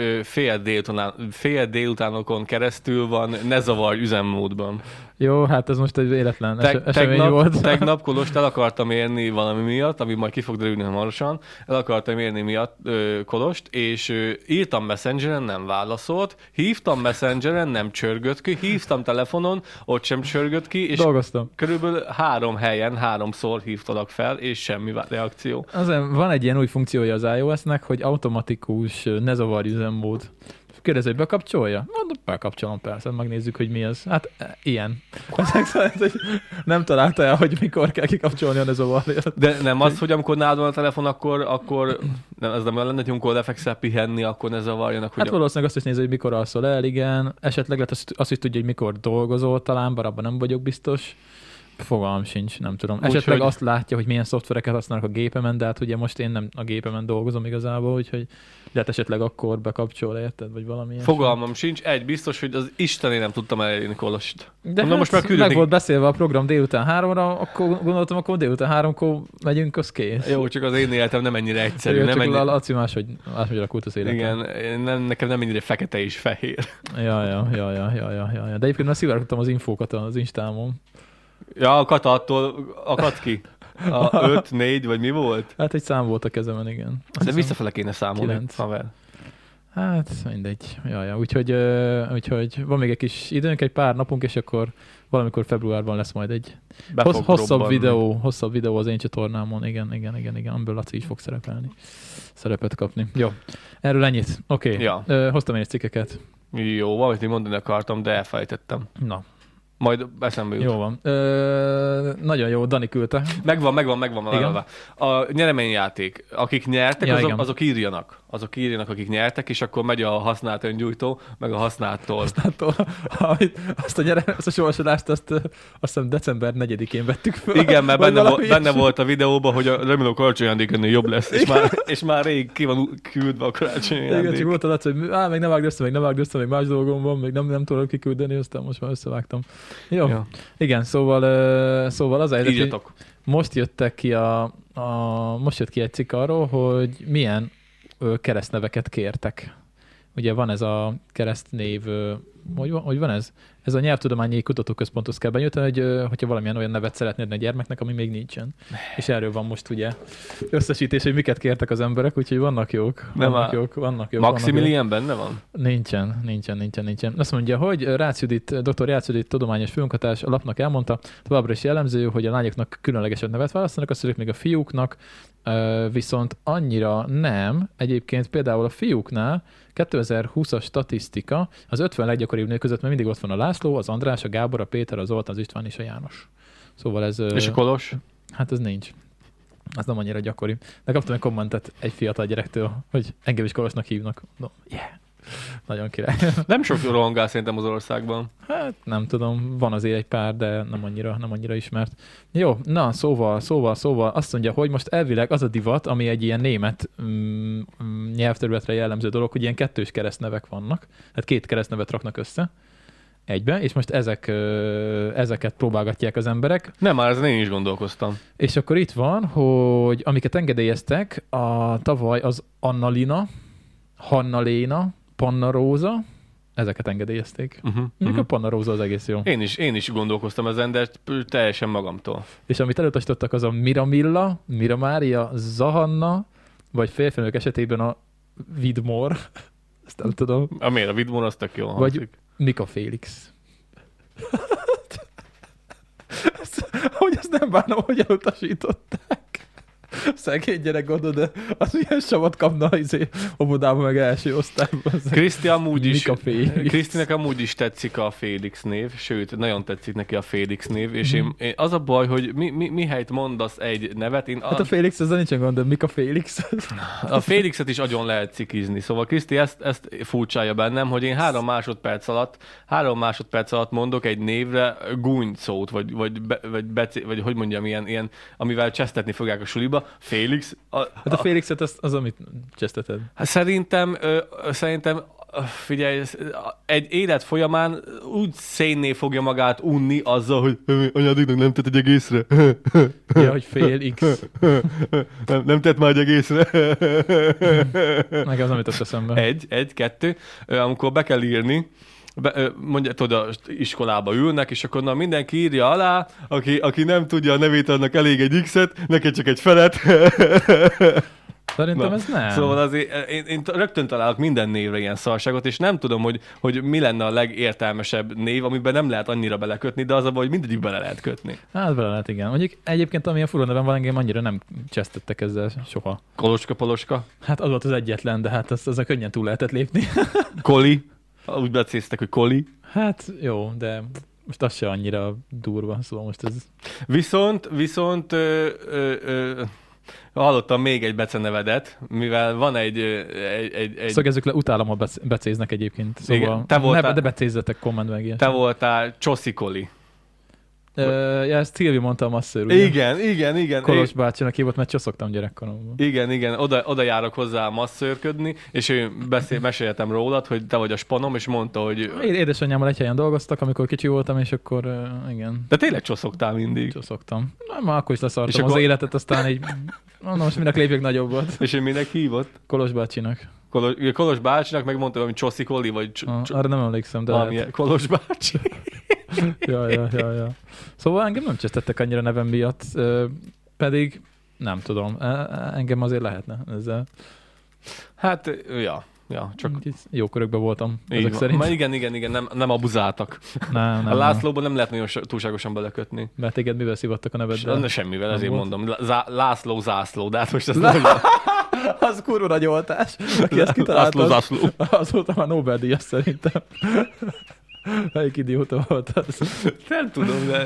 fél délutánokon keresztül van, ne zavarj üzemmódban. Jó, hát ez most egy véletlen esemény volt. Tegnap Kolost el akartam érni valami miatt, ami majd ki fog derülni hamarosan. El akartam érni miatt Kolost, és írtam Messengeren, nem válaszolt, hívtam Messengeren, nem csörgött ki, hívtam telefonon, ott sem csörgött ki, és dolgoztam. Körülbelül 3 helyen 3-szor hívtalak fel, és semmi reakció. Azért van egy ilyen új funkciója az iOS-nek, hogy automatikus ne zavarj üzemmód. Kérdez, hogy bekapcsolja? Na, bekapcsolom persze, megnézzük, hogy mi ez. Hát ilyen. Ezek szerint, hogy nem találta el, hogy mikor kell kikapcsolni a ne zavarja. De nem az, hogy amikor nálad van a telefon, akkor nem, ez nem olyan lenne, hogy amikor lefekszel pihenni, akkor ne zavarjanak. Hát valószínűleg azt is nézi, hogy mikor alszol el, igen. Esetleg lehet azt is tudja, hogy mikor dolgozol talán, bár abban nem vagyok biztos. Fogalmam sincs, nem tudom. Esetleg azt látja, hogy milyen szoftvereket használnak a gépemen, de hát ugye most én nem a gépemen dolgozom igazából, úgyhogy lehet esetleg akkor bekapcsol, érted, vagy valami. Fogalmam sincs, biztos, hogy az Istené nem tudtam elérni Kolost. De hát most meg volt beszélve a program délután 3-ra, akkor gondoltam, akkor délután 3-kor megyünk, az kész. Jó, csak az én életem nem ennyire egyszerű. Jó, csak a Laci máshogy alakult az életem. Igen, nekem nem ennyire fekete és fehér. Ja. De egyébként már szivárogtam az infókat az Instámon. Ja, a Kata attól akadt ki. A 5, 4, vagy mi volt? Hát egy szám volt a kezemen, igen. De visszafele kéne számolni. 9. Haver. Hát mindegy. Ja. Úgyhogy van még egy kis időnk, egy pár napunk, és akkor valamikor februárban lesz majd egy hosszabb videó az én csatornámon. Igen, amiből Laci is fog szerepet kapni. Jó, erről ennyit. Oké. Ja. Hoztam én egy cikkeket. Jó, valamit mondani akartam, de elfelejtettem. Na. Majd eszembe jut. Jó van. Nagyon jó, Dani küldte. Megvan. A nyereményjáték. Akik nyertek, azok írjanak. Azok írjanak, akik nyertek, és akkor megy a használt öngyújtó, meg a használtól. Azt a sorsolást, azt hiszem december 4-én vettük föl. Igen, mert benne volt a videóban, hogy remélem a karácsonyi ajándék ennél jobb lesz, és már rég ki van küldve a karácsonyi ajándék. Igen, csak volt a Laci, hogy még ne vágd össze, még más dolgom van, még nem tudom kiküldeni, aztán most már összevágtam. Jó. Igen, szóval az hogy most jöttek ki most jött ki egy cikk arról, hogy milyen keresztneveket kértek. Ugye van ez a keresztnév, hogy van ez? Ez a Nyelvtudományi Kutatóközponthoz kell benyújtani, hogyha valamilyen olyan nevet szeretnéd a gyermeknek, ami még nincsen. És erről van most ugye összesítés, hogy miket kértek az emberek, úgyhogy vannak jók. Maximilian benne van? Nincsen. Azt mondja, hogy dr. Rácz Judit tudományos főmunkatárs a lapnak elmondta, továbbra is jellemző, hogy a lányoknak különlegesebb nevet választanak, a szülők még a fiúknak, viszont annyira nem. Egyébként például a fiúknál 2020-as statisztika az 50 leggyakoribb nő között, mert mindig ott van a László, az András, a Gábor, a Péter, az Zoltán, az István és a János. Szóval ez... És a Kolos? Hát ez nincs. Az nem annyira gyakori. De kaptam egy kommentet egy fiatal gyerektől, hogy engem is Kolosnak hívnak. No, yeah. Nagyon király. Nem sok rohangál szerintem az országban. Hát nem tudom, van azért egy pár, de nem annyira ismert. Jó, na szóval azt mondja, hogy most elvileg az a divat, ami egy ilyen német nyelvterületre jellemző dolog, hogy ilyen kettős keresztnevek vannak, tehát 2 keresztnevet raknak össze egybe, és most ezeket próbálgatják az emberek. Nem, már ezen én is gondolkoztam. És akkor itt van, hogy amiket engedélyeztek, tavaly az Annalina, Hanna-Léna, Panna Róza, ezeket engedélyezték. A Panna Róza az egész jó. Én is gondolkoztam ezen, de teljesen magamtól. És amit elutasítottak, az a Miramilla, Miramária, Zahanna, vagy férfinők esetében a Vidmor. Ezt nem tudom. Miért? A Vidmor az tök jó. Vagy Mika Félix. Hogy ezt nem bánom, hogy elutasították. Szegény gyerek gondol, de az milyen savat kapna óvodában meg első osztályban. Krisztinek amúgy is tetszik a Félix név, sőt, nagyon tetszik neki a Félix név, és én az a baj, hogy mihelyt mondasz egy nevet, Hát a Félix, ezzel nincsen gond, de Mika Félix? A Félixet is agyon lehet cikizni, szóval Kriszti ezt furcsálja bennem, hogy én 3 másodperc alatt mondok egy névre gúny szót, vagy hogy mondjam, ilyen, amivel csesztetni fogják a suliba. Félix. Hát a Félixet az amit cseszteted. Hát szerintem Figyelj, egy élet folyamán úgy szénné fogja magát unni azzal, hogy anyádiknak nem tett egy egészre. Ja, hogy fél X. Nem tett már egy egészre. Nekem nem jutott eszembe. Kettő. Amikor be kell írni, mondja, tudod, iskolába ülnek, és akkor mindenki írja alá, aki nem tudja a nevét, annak elég egy X-et, neked csak egy felet. Szerintem ez nem. Szóval azért én rögtön találok minden névre ilyen szarságot, és nem tudom, hogy mi lenne a legértelmesebb név, amiben nem lehet annyira belekötni, de az a baj, hogy mindegyik bele lehet kötni. Hát bele lehet, igen. Mondjuk egyébként, amilyen furó nevem van, engem annyira nem csesztettek ezzel soha. Koloska, Poloska? Hát az volt az egyetlen, de hát azon könnyen túl lehetett lépni. Koli? Úgy becéztek, hogy Koli. Hát jó, de most az se annyira durva, szóval most ez... Viszont hallottam még egy becenevedet, mivel van egy... Szögezzük le, utálom, ha becéznek egyébként. Szóval igen, te voltál, de becézzetek kommentben meg ilyen. Te voltál Csosszikoli. Ja, ezt Tilvi mondta a masszőr, ugye? Igen. Kolos bácsinak hívott, mert csoszogtam gyerekkoromban. Igen. Oda járok hozzá masszőrködni, és ő meséltem rólad, hogy te vagy a spanom, és mondta, hogy... Édesanyámmal egy helyen dolgoztak, amikor kicsi voltam, és akkor igen. De tényleg csoszogtál mindig? Csoszogtam. Már akkor is leszartam az életet, aztán így... Mondom, most minek lépjük nagyobbat. És ő minek hívott? Kolos bácsinak. Kolos bácsinak megmondta, hogy Csosszikoli, vagy... Arra nem emlékszem, de... Valamilyen Kolos bácsi. Ja. Szóval engem nem csesztettek annyira nevem miatt, pedig nem tudom, engem azért lehetne ezzel. Hát, csak... Jó körökben voltam, ezek szerint. Igen, nem abuzáltak. Nem. A Lászlóban nem lehet nagyon túlságosan belekötni. Mert téged mivel szívattak a nevedre? Semmivel, ezért mondom. László, zászló, de hát most ez az kurva nagy oltás. Aki ezt kitalálta, zászló. Az volt a Nobel-díjas szerintem. Melyik idióta volt az? Nem tudom, de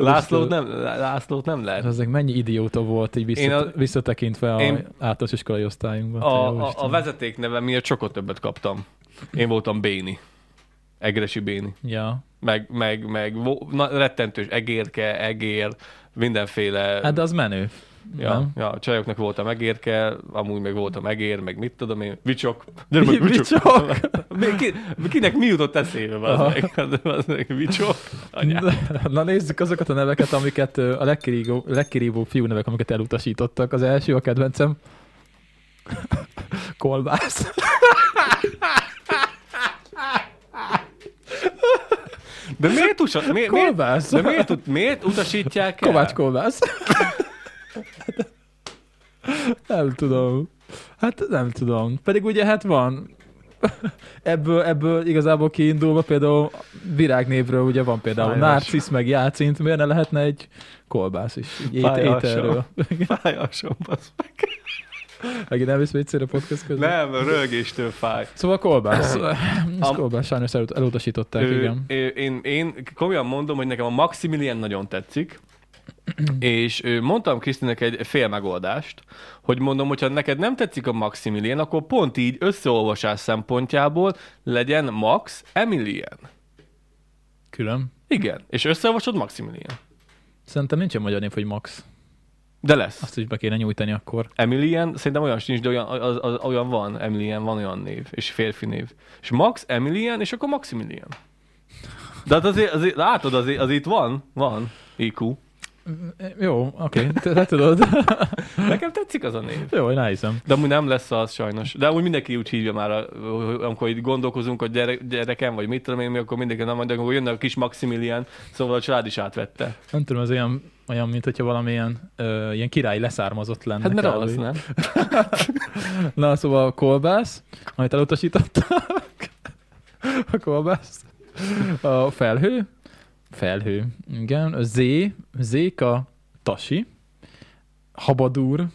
Lászlót nem lehet. Ezek mennyi idióta volt, így visszatekintve a általános iskolai osztályunkban. A vezeték nevem miatt sokkal többet kaptam. Én voltam Béni. Egresi Béni. Ja. Meg rettentős egér, mindenféle... Hát de az menő. Ja, csajoknak voltam egérke, amúgy meg voltam egér, meg mit tudom én, vicsok. Vicsok? Kinek mi jutott eszébe? Az meg vicsok. Na nézzük azokat a neveket, amiket a legkirívóbb fiú nevek, amiket elutasítottak. Az első, a kedvencem. Kolbász. De miért utasítják el? Kovács Kolbász. Nem tudom. Pedig ugye hát van. Ebből igazából kiindulva például virágnévről ugye van például Narcisz meg Jácint, miért ne lehetne egy kolbász is? Ételről. Fájásom, basz meg. Megint elvisz vécére podcast közben? Nem, rögéstől fáj. Szóval kolbász. Kolbász sajnos elutasították, igen. Én komolyan mondom, hogy nekem a Maximilian nagyon tetszik, és mondtam Krisztinek egy fél megoldást, hogy mondom, hogyha neked nem tetszik a Maximilian, akkor pont így összeolvasás szempontjából legyen Max Emilian. Külön? Igen, és összeolvasod Maximilian. Szerintem nincsen magyar név, hogy Max. De lesz. Azt is be kéne nyújtani akkor. Emilian, szerintem olyan sincs, de olyan van. Emilian van olyan név, és férfi név. És Max Emilian, és akkor Maximilian. De hát azért látod, az itt van IQ. Jó, oké, te tudod. Nekem tetszik az a név. Jó, én elhiszem. De amúgy nem lesz az sajnos. De amúgy mindenki úgy hívja már, amikor itt gondolkozunk a gyereken, vagy mit tudom én, akkor mindenki nem mondja, akkor jönne a kis Maximilian, szóval a család is átvette. Nem tudom, ez olyan mint hogyha valamilyen ilyen király leszármazott lenne. Hát mert az, nem? Na, szóval a kolbász, amit elutasítottak. A kolbász. A felhő, igen. Zéka, Tasi, Habadúr.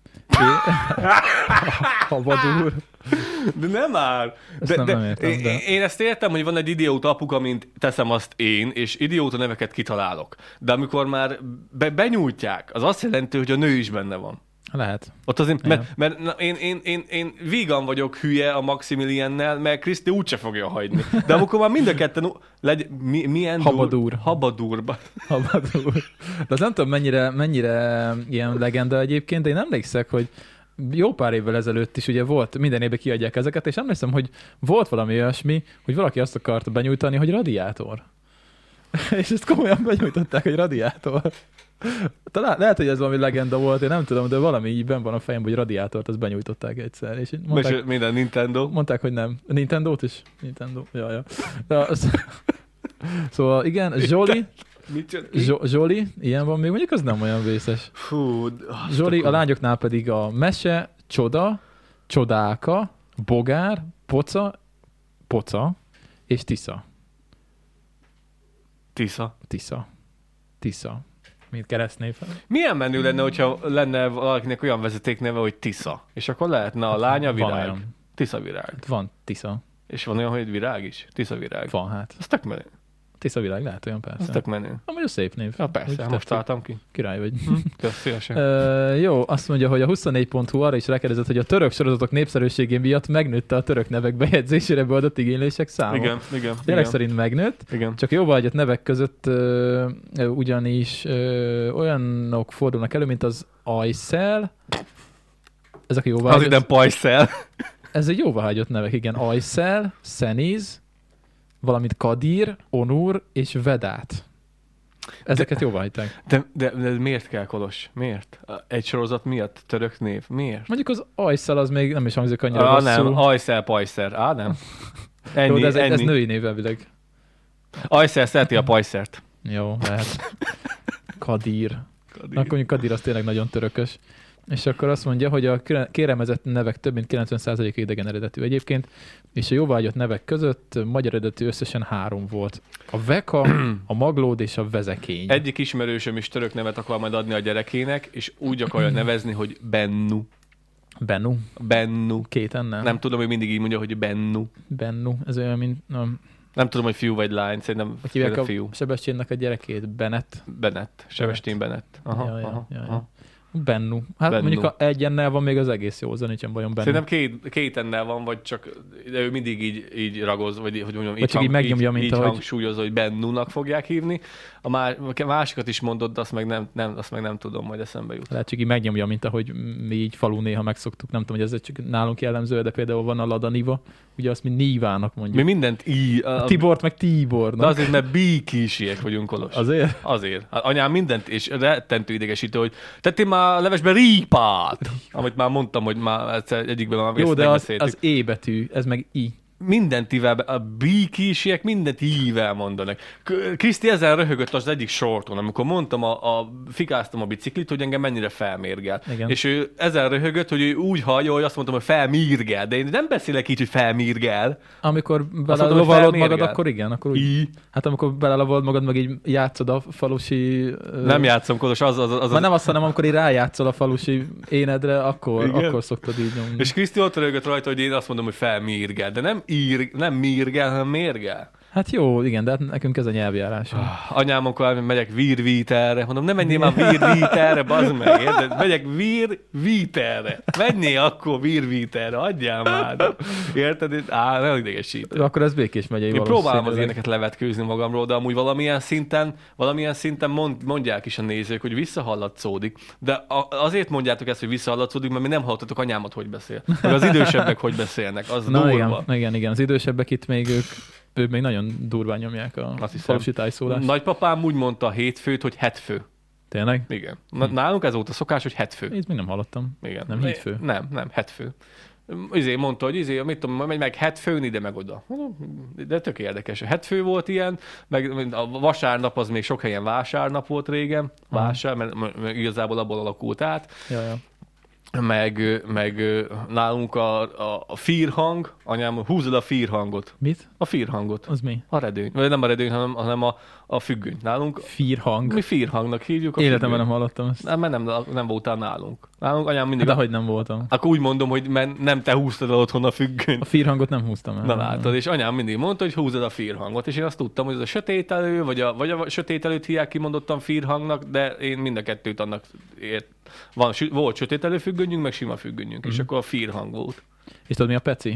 Habadúr. De nem már. Nem értem, én ezt értem, hogy van egy idióta apuka, mint teszem azt én, és idióta neveket kitalálok. De amikor már benyújtják, az azt jelenti, hogy a nő is benne van. Lehet. Ott azért, mert én vígan vagyok hülye a Maximiliannel, mert Kriszti úgyse fogja hagyni. De amikor már mind a ketten... milyen Habadúr. Habadúrba. Habadúr. De az nem tudom mennyire ilyen legenda egyébként, de én emlékszek, hogy jó pár évvel ezelőtt is ugye volt, minden évben kiadják ezeket, és emlékszem, hogy volt valami olyasmi, hogy valaki azt akarta benyújtani, hogy radiátor. És ezt komolyan benyújtották, hogy radiátor. Talán lehet, hogy ez valami legenda volt, én nem tudom, de valami így benn van a fejemben, hogy radiátort, azt benyújtották egyszer. És mondták, minden Nintendo. Mondták, hogy nem. Nintendo-t is? Nintendo. Ja. Szóval igen, Zsoli, ilyen van még, mondjuk az nem olyan vészes. Fú, Zsoli, a lányoknál pedig a mese, csoda, csodáka, bogár, poca és tisza. Tisza. Mint keresztnév. Milyen menő lenne, hogyha lenne valakinek olyan vezetékneve, hogy Tisza. És akkor lehetne a lánya virág. Tisza virág. Van Tisza. És van olyan, hogy virág is? Tisza virág. Van hát. Ez tök menő. Tisza virág, lehet olyan persze. Ez tök menő. Amúgy a szép név. Ja, persze, most találtam ki. Király vagy. Szívesen. Jó, azt mondja, hogy a 24.hu arra is rákérdezett, hogy a török sorozatok népszerűségén miatt megnőtte a török nevek bejegyzésére beadott igénylések száma. Igen. Tényleg szerint megnőtt. Igen. Csak jóváhagyott nevek között ugyanis olyanok fordulnak elő, mint az Ajszel. Ezek a jóváhagyott... Az nem Pajszel. Ez egy jóváhagyott nevek, igen. Ajszel, Szeniz, valamint Kadir, Onur és Vedát. Ezeket jóváhagyták. De miért kell, Kolos? Miért? Egy sorozat miatt török név? Miért? Mondjuk az Ajszel az még nem is hangzik annyira rosszul. Nem, Ajszel, Pajszer. Nem. Ennyi, jó, de ez női név elvileg. Ajszel szereti a Pajszert. Jó, lehet. Kadir. Akkor mondjuk Kadir az tényleg nagyon törökös. És akkor azt mondja, hogy a kérelmezett nevek több mint 90% idegen eredetű egyébként, és a jóváhagyott nevek között magyar eredetű összesen 3 volt. A Veka, a Maglód és a Vezekény. Egyik ismerősöm is török nevet akar majd adni a gyerekének, és úgy akarja nevezni, hogy Bennu. Bennu. 2 ennel? Nem tudom, hogy mindig így mondja, hogy Bennu. Ez olyan, mint... Nem tudom, hogy fiú vagy lány, szerintem a fiú. Sebestyénnek a gyerekét, Bennett. Sebestyen Bennett. Aha. Bennu. Hát Bennu. mondjuk ha egy ennel van, még az egész jó, az nincsen bajom Bennu. Szerintem két ennel van, vagy csak ő mindig így ragoz, vagy hogy mondjam, vagy így megnyomja, mint így hangsúlyozza, hogy Bennunak fogják hívni. A másikat is mondod, de azt meg nem tudom, majd eszembe jut. Lehet csak így megnyomja, mint ahogy mi így falu néha megszoktuk. Nem tudom, hogy ez csak nálunk jellemző, de például van a Lada Niva, ugye azt mi Nívának mondjuk. Mi mindent Tibort meg Tibornak. De azért, mert bíkísiek vagyunk, Kolos. Azért. Anyám mindent, és rettentő idegesítő, hogy tettél már levesbe rípát, amit már mondtam, hogy már egyszer egyikben már jó, de az E betű, ez meg I. Mindent ível, a bíkísiek mindent ível mondanak. Kriszti ezen röhögött az egyik sorton, amikor mondtam, fikáztam a biciklit, hogy engem mennyire felmérgel. Igen. És ő ezen röhögött, hogy ő úgy hallja, hogy azt mondtam, hogy felmírgel, de én nem beszélek így, hogy felmírgel. Amikor belelavolod magad, akkor igen, akkor úgy. Hát amikor belelavolod magad, meg így játszod a falusi... Nem játszom, Kodos, az... Már nem azt, hanem amikor így rájátszol a falusi énedre, akkor szoktad így nyomni. És Kriszti ott röhögött rajta, hogy én azt mondom, hogy felmírgel, de nem mírgel, hanem mérgel. Hát jó, igen, de hát nekünk ez a nyelvjárás. Anyám, amikor megyek vírvítelre, mondom, nem menjél már vírvítelre, bazd meg, érted? Megyek vírvítelre. Menjél akkor vírvítelre, adjál már. Érted? Nem idegesít. Akkor ez Békés megyei én próbálom az ilyeneket levetkőzni magamról, de amúgy valamilyen szinten mondják is a nézők, hogy visszahallatszódik. De azért mondjátok ezt, hogy visszahallatszódik, mert mi nem hallottatok anyámat, hogy beszél. Meg az idősebbek, hogy beszélnek. Az durva. Igen. Az idősebbek itt még ők még nagyon durván nyomják a falusi tájszólást. Nagypapám úgy mondta a hétfőt, hogy hetfő. Tényleg? Igen. Nálunk ez volt a szokás, hogy hetfő. Itt még nem hallottam. Igen. Nem hétfő? Nem, hetfő. Mondta, hogy mit tudom, megy meg hetfőn ide meg oda. De tök érdekes. A hetfő volt ilyen, meg a vasárnap az még sok helyen vásárnap volt régen. Vásár, mert igazából abból alakult át. Ja. Meg nálunk a fírhang, anyám, húzod a fírhangot. Mit? A fírhangot. Az mi? A redőny. Vagy nem a redőny, hanem a függöny. Nálunk... Fírhang? Mi fírhangnak hívjuk a életemben nem hallottam ezt. Nem voltál nálunk. Nálunk anyám mindig... De hogy nem voltam. Akkor úgy mondom, hogy nem te húztad el otthon a függönyt. A fírhangot nem húztam el. Na látod, és anyám mindig mondta, hogy húzod a fírhangot, és én azt tudtam, hogy ez a sötételő, vagy a sötételőt hívják kimondottan fírhangnak, de én mind a kettőt annak volt sötételő függönyünk, meg sima függönyünk, és akkor a fírhang volt. És tudod mi a peci?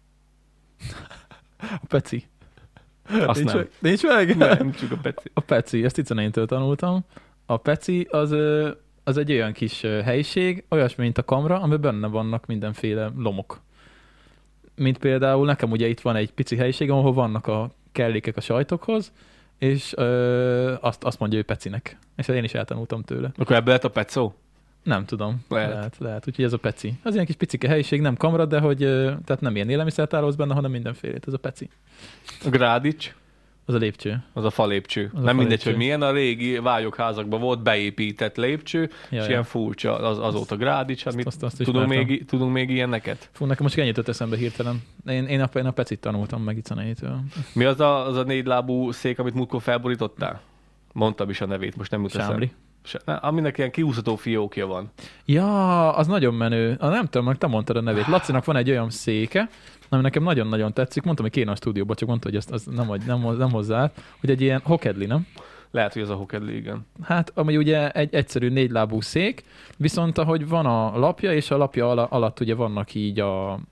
A peci. Azt nem. Nincs meg? Nem, csak a peci. A peci, ezt Icenéntől tanultam. A peci az az egy olyan kis helyiség, olyasmi, mint a Kamra, amiben benne vannak mindenféle lomok. Mint például nekem ugye itt van egy pici helyiség, ahol vannak a kellékek a sajtokhoz, és azt mondja ő Pecinek. És én is eltanultam tőle. Akkor ebből lett a Pecó? Nem tudom. Lehet. Úgyhogy ez a Peci. Az ilyen kis picike helyiség, nem Kamra, de hogy tehát nem ilyen élelmiszertárolsz benne, hanem mindenfélét. Ez a Peci. A Grádics? Az a lépcső. Az a falépcső. Az nem a mindegy, falépcső. hogy milyen, a régi vágyokházakban volt beépített lépcső, és ilyen furcsa, azóta Grádics, hát tudunk még ilyeneket? Fú, nekem most ennyit eszembe hirtelen. Én a Pecit tanultam meg itt Szenétől. Mi az a négylábú szék, amit múltkor felborítottál? Mondtam is a nevét, most nem jut eszembe. Aminek ilyen kiúszható fiókja van. Ja, az nagyon menő. Nem tudom, meg te mondtad a nevét. Lacinak van egy olyan széke, ami nekem nagyon-nagyon tetszik. Mondtam, hogy kéne a stúdióba, csak mondta, hogy azt nem hozzá, hogy egy ilyen hokedli, nem? Lehet, hogy ez a hokedli, igen. Hát, ami ugye egy egyszerű négylábú szék, viszont ahogy van a lapja, és a lapja alatt ugye vannak így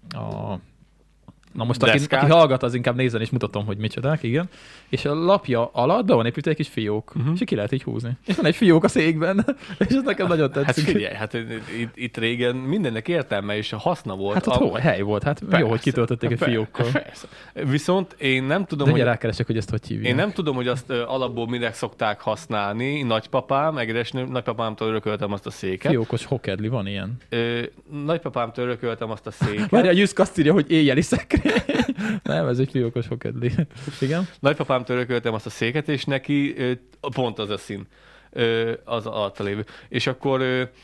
Na most aki hallgat, az inkább nézzen és mutatom, hogy micsodák, igen. És a lapja alatt be van építve egy kis fiók, és ki lehet így húzni. És van egy fiók a székben, és ez nekem nagyon tetszik. Hát figyelj, itt régen mindennek értelme és a haszna volt. Hát ott hely volt, hát persze, jó, hogy kitöltötték egy fiókkal. Persze. Viszont én nem tudom, de hogy rákeresek, hogy ezt hogy hívják. Én nem tudom, hogy azt alapból minek szokták használni. Nagypapám, nagypapámtól örököltem azt a széket. Fiókos hokedli, van ilyen. Nagypapámtól örököltem azt a széket. Várjál, Juszk azt írja, hogy éjjeli szekrény. Nem, ez egy fiókos hokedli. Igen? Nagypapámtól örököltem azt a széket, és neki pont az a szín, az alatta lévő. És akkor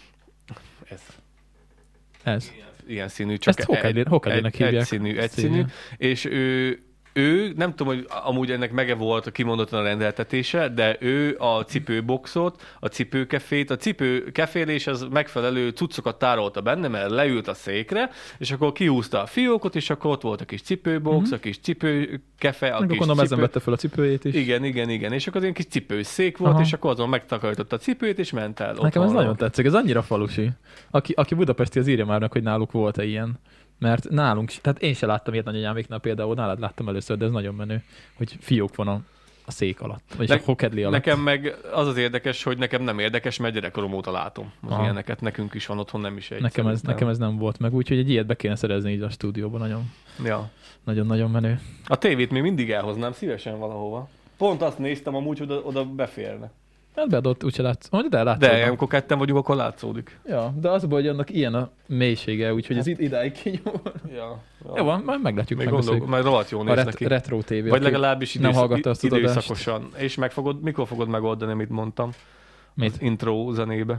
ez. Ilyen színű, csak hokedlinek hívják. Egy színű. És ő, nem tudom, hogy amúgy ennek volt kimondottan a rendeltetése, de ő a cipőboxot, a cipőkefét, a cipőkefélés az megfelelő cuccokat tárolta benne, mert leült a székre, és akkor kihúzta a fiókot, és akkor ott volt a kis cipőbox, a kis cipőkefe, a kis gondolom ezen vette fel a cipőjét is. Igen. És akkor az ilyen kis cipőszék volt, és akkor azon megtakarította a cipőt, és ment el. Nekem ez nagyon tetszik, ez annyira falusi. Aki budapesti, az írja már, hogy náluk volt-e ilyen. Mert nálunk, tehát én se láttam ilyet nagyanyáméknál, például nálad láttam először, de ez nagyon menő, hogy fiók van a szék alatt, vagy a hokedli alatt. Nekem meg az érdekes, hogy nekem nem érdekes, mert gyerekkorom óta látom az ilyeneket. Nekünk is van otthon, nem is egy. Nekem ez nem volt meg, úgyhogy egy ilyet be kéne szerezni így a stúdióban, nagyon menő. A tévét még mindig elhoznám szívesen valahova. Pont azt néztem amúgy, hogy oda beférne. Hát beadott, úgyse látsz. De amikor ketten vagyunk, akkor látszódik. Ja, de az baj, hogy annak ilyen a mélysége, úgyhogy ez idáig kinyúl. Ja. Jó van, majd meglátjuk. Még gondolok, majd rohadt jól néz neki. Retro TV. Vagy legalábbis időszakosan. És mikor fogod megoldani, amit mondtam? Mit? Az intro zenébe.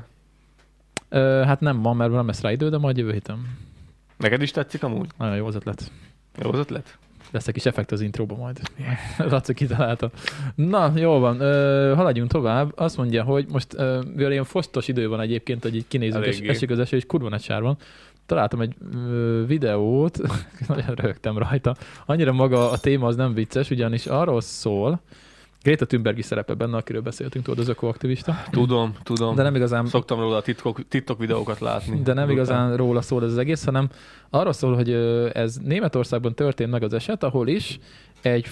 Hát nem ma, mert nem lesz rá idő, de majd jövő héten. Neked is tetszik amúgy? Nagyon jó az ötlet. Jó az ötlet? Lesz egy kis effekt az intróba majd. Laci kitalálta. Na, jó van, haladjunk tovább. Azt mondja, hogy most ilyen fosztos idő van egyébként, hogy így kinézünk, és esik az eső, és kurva nagy sár van. Találtam egy videót, nagyon röhögtem rajta. Annyira maga a téma az nem vicces, ugyanis arról szól, Greta Thunberg is szerepe benne, akiről beszéltünk, tudod, az ökoaktivista. Tudom. De nem igazán... Szoktam róla a TikTok videókat látni. De nem igazán róla szól ez az egész, hanem arról szól, hogy ez Németországban történt meg az eset, ahol is egy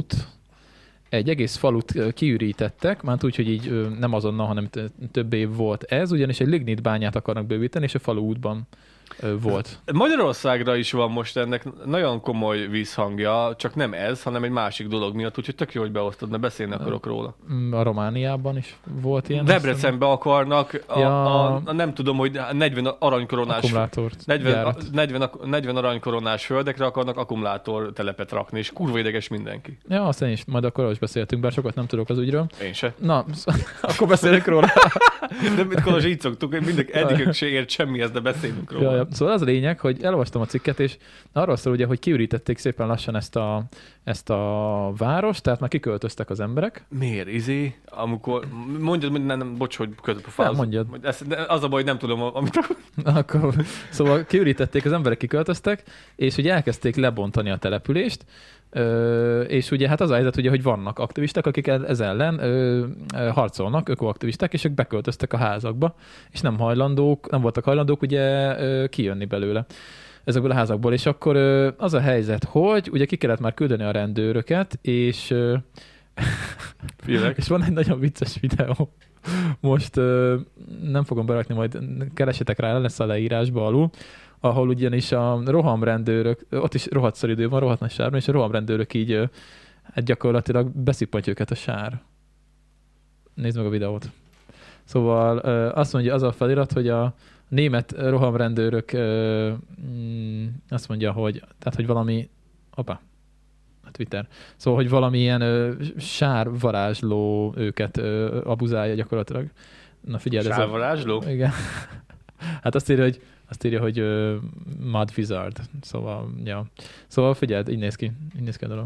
egész falut kiürítettek, már úgy, hogy így nem azonnal, hanem több év volt ez, ugyanis egy lignit bányát akarnak bővíteni, és a falu útban volt. Magyarországra is van most ennek nagyon komoly vízhangja, csak nem ez, hanem egy másik dolog miatt, úgyhogy tök jó, hogy beosztod, mert beszélni akarok róla. A Romániában is volt ilyen. Debrecenbe akarnak, nem tudom, hogy 40 aranykoronás 40 aranykoronás földekre akarnak akkumulátortelepet rakni, és kurva ideges mindenki. Ja, azt én is, majd akkor is beszéltünk, bár sokat nem tudok az ügyről. Én se. Na, akkor beszélünk róla. De mit Kolozs, így szoktuk, eddig se ért semmihez, de beszélünk róla. Ja. Szóval az a lényeg, hogy elolvastam a cikket, és arról szól ugye, hogy kiürítették szépen lassan ezt a várost, tehát már kiköltöztek az emberek. Miért? Amikor mondjad, nem, bocs, hogy közben mondjad. Az a baj, hogy nem tudom, amit... Akkor, szóval kiürítették, az emberek kiköltöztek, és ugye elkezdték lebontani a települést, és ugye hát az a helyzet, ugye, hogy vannak aktivisták, akik ez ellen harcolnak, ökoaktivisták, és ők beköltöztek a házakba, és nem voltak hajlandók ugye kijönni belőle ezekből a házakból, és akkor az a helyzet, hogy ugye ki kellett már küldeni a rendőröket, és Félek. És van egy nagyon vicces videó. Most nem fogom berakni, majd keresetek rá, lesz a leírásba alul, ahol ugyanis a rohamrendőrök, ott is rohadt szor van, rohadt nagy sárban, és a rohamrendőrök így gyakorlatilag beszippantja őket a sár. Nézd meg a videót. Szóval azt mondja, az a felirat, hogy a német rohamrendőrök azt mondja, hogy valami a Twitter. Szóval, hogy valamilyen sárvarázsló őket abuzálja gyakorlatilag. Na figyeld, ez Sárvarázsló? Igen. Hát azt írja, hogy Mud Wizard. Szóval, ja. Szóval figyeld, így néz ki a dolog.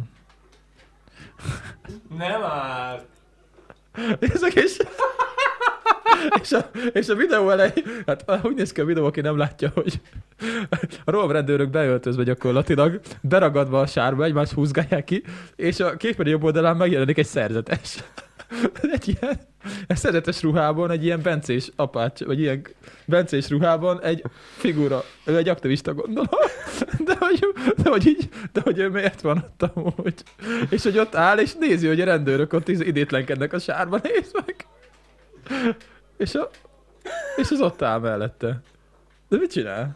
Nem áll! Nézzük is! és a videó elején, hát úgy néz ki a videó, aki nem látja, hogy a rohamrendőrök beöltözve gyakorlatilag, beragadva a sárba, egymást húzgálják ki, és a képernyő jobb oldalán megjelenik egy szerzetes. Egy szerzetes ruhában, egy ilyen bencés apács, vagy ilyen bencés ruhában egy figura, ő egy aktivista gondolom, de hogy ő miért van ott amúgy. És hogy ott áll, és nézi, hogy a rendőrök ott idétlenkednek a sárba, nézd meg. És az ott áll mellette. De mit csinál?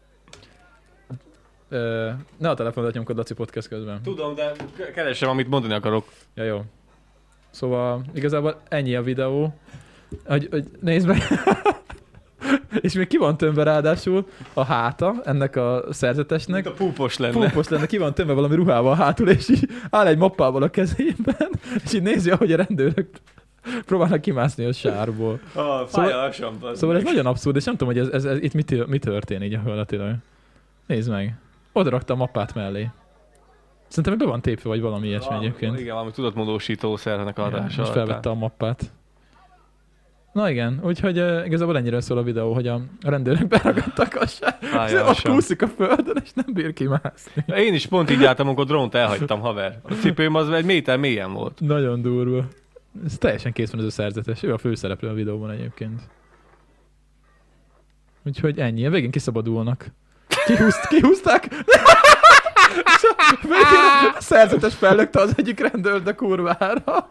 Ne a telefonodat nyomkod, Laci, podcast közben. Tudom, de keresem, amit mondani akarok. Ja, jó. Szóval igazából ennyi a videó. Hogy nézd meg. És még ki van tömve ráadásul a háta ennek a szerzetesnek. A púpos lenne. Ki van tömve valami ruhával hátul, és így áll egy mappával a kezében, és így nézi, ahogy a rendőrök próbálnak kimászni a sárból. Szóval ez nagyon abszurd, és nem tudom, hogy ez itt mi történik gyakorlatilag. Nézd meg. Oda rakta a mappát mellé. Szerintem be van tépve, vagy valami ilyesmi egyébként. Igen, valami tudatmódosító szernek adása. És felvette a mappát. Na igen, úgyhogy igazából ennyire szól a videó, hogy a rendőrök beragadtak a sárba. Ott kúszik a földön, és nem bír kimászni. Én is pont így álltam, amikor drónt elhagytam, haver. A cipőm az egy méter mélyen volt. Nagyon durva. Ez teljesen kész van ez a szerzetes. Ő a főszereplő a videóban egyébként. Úgyhogy ennyi. A végén kiszabadulnak. Kihúzták! És a végén a szerzetes fellökte az egyik rendőrt a kurvára.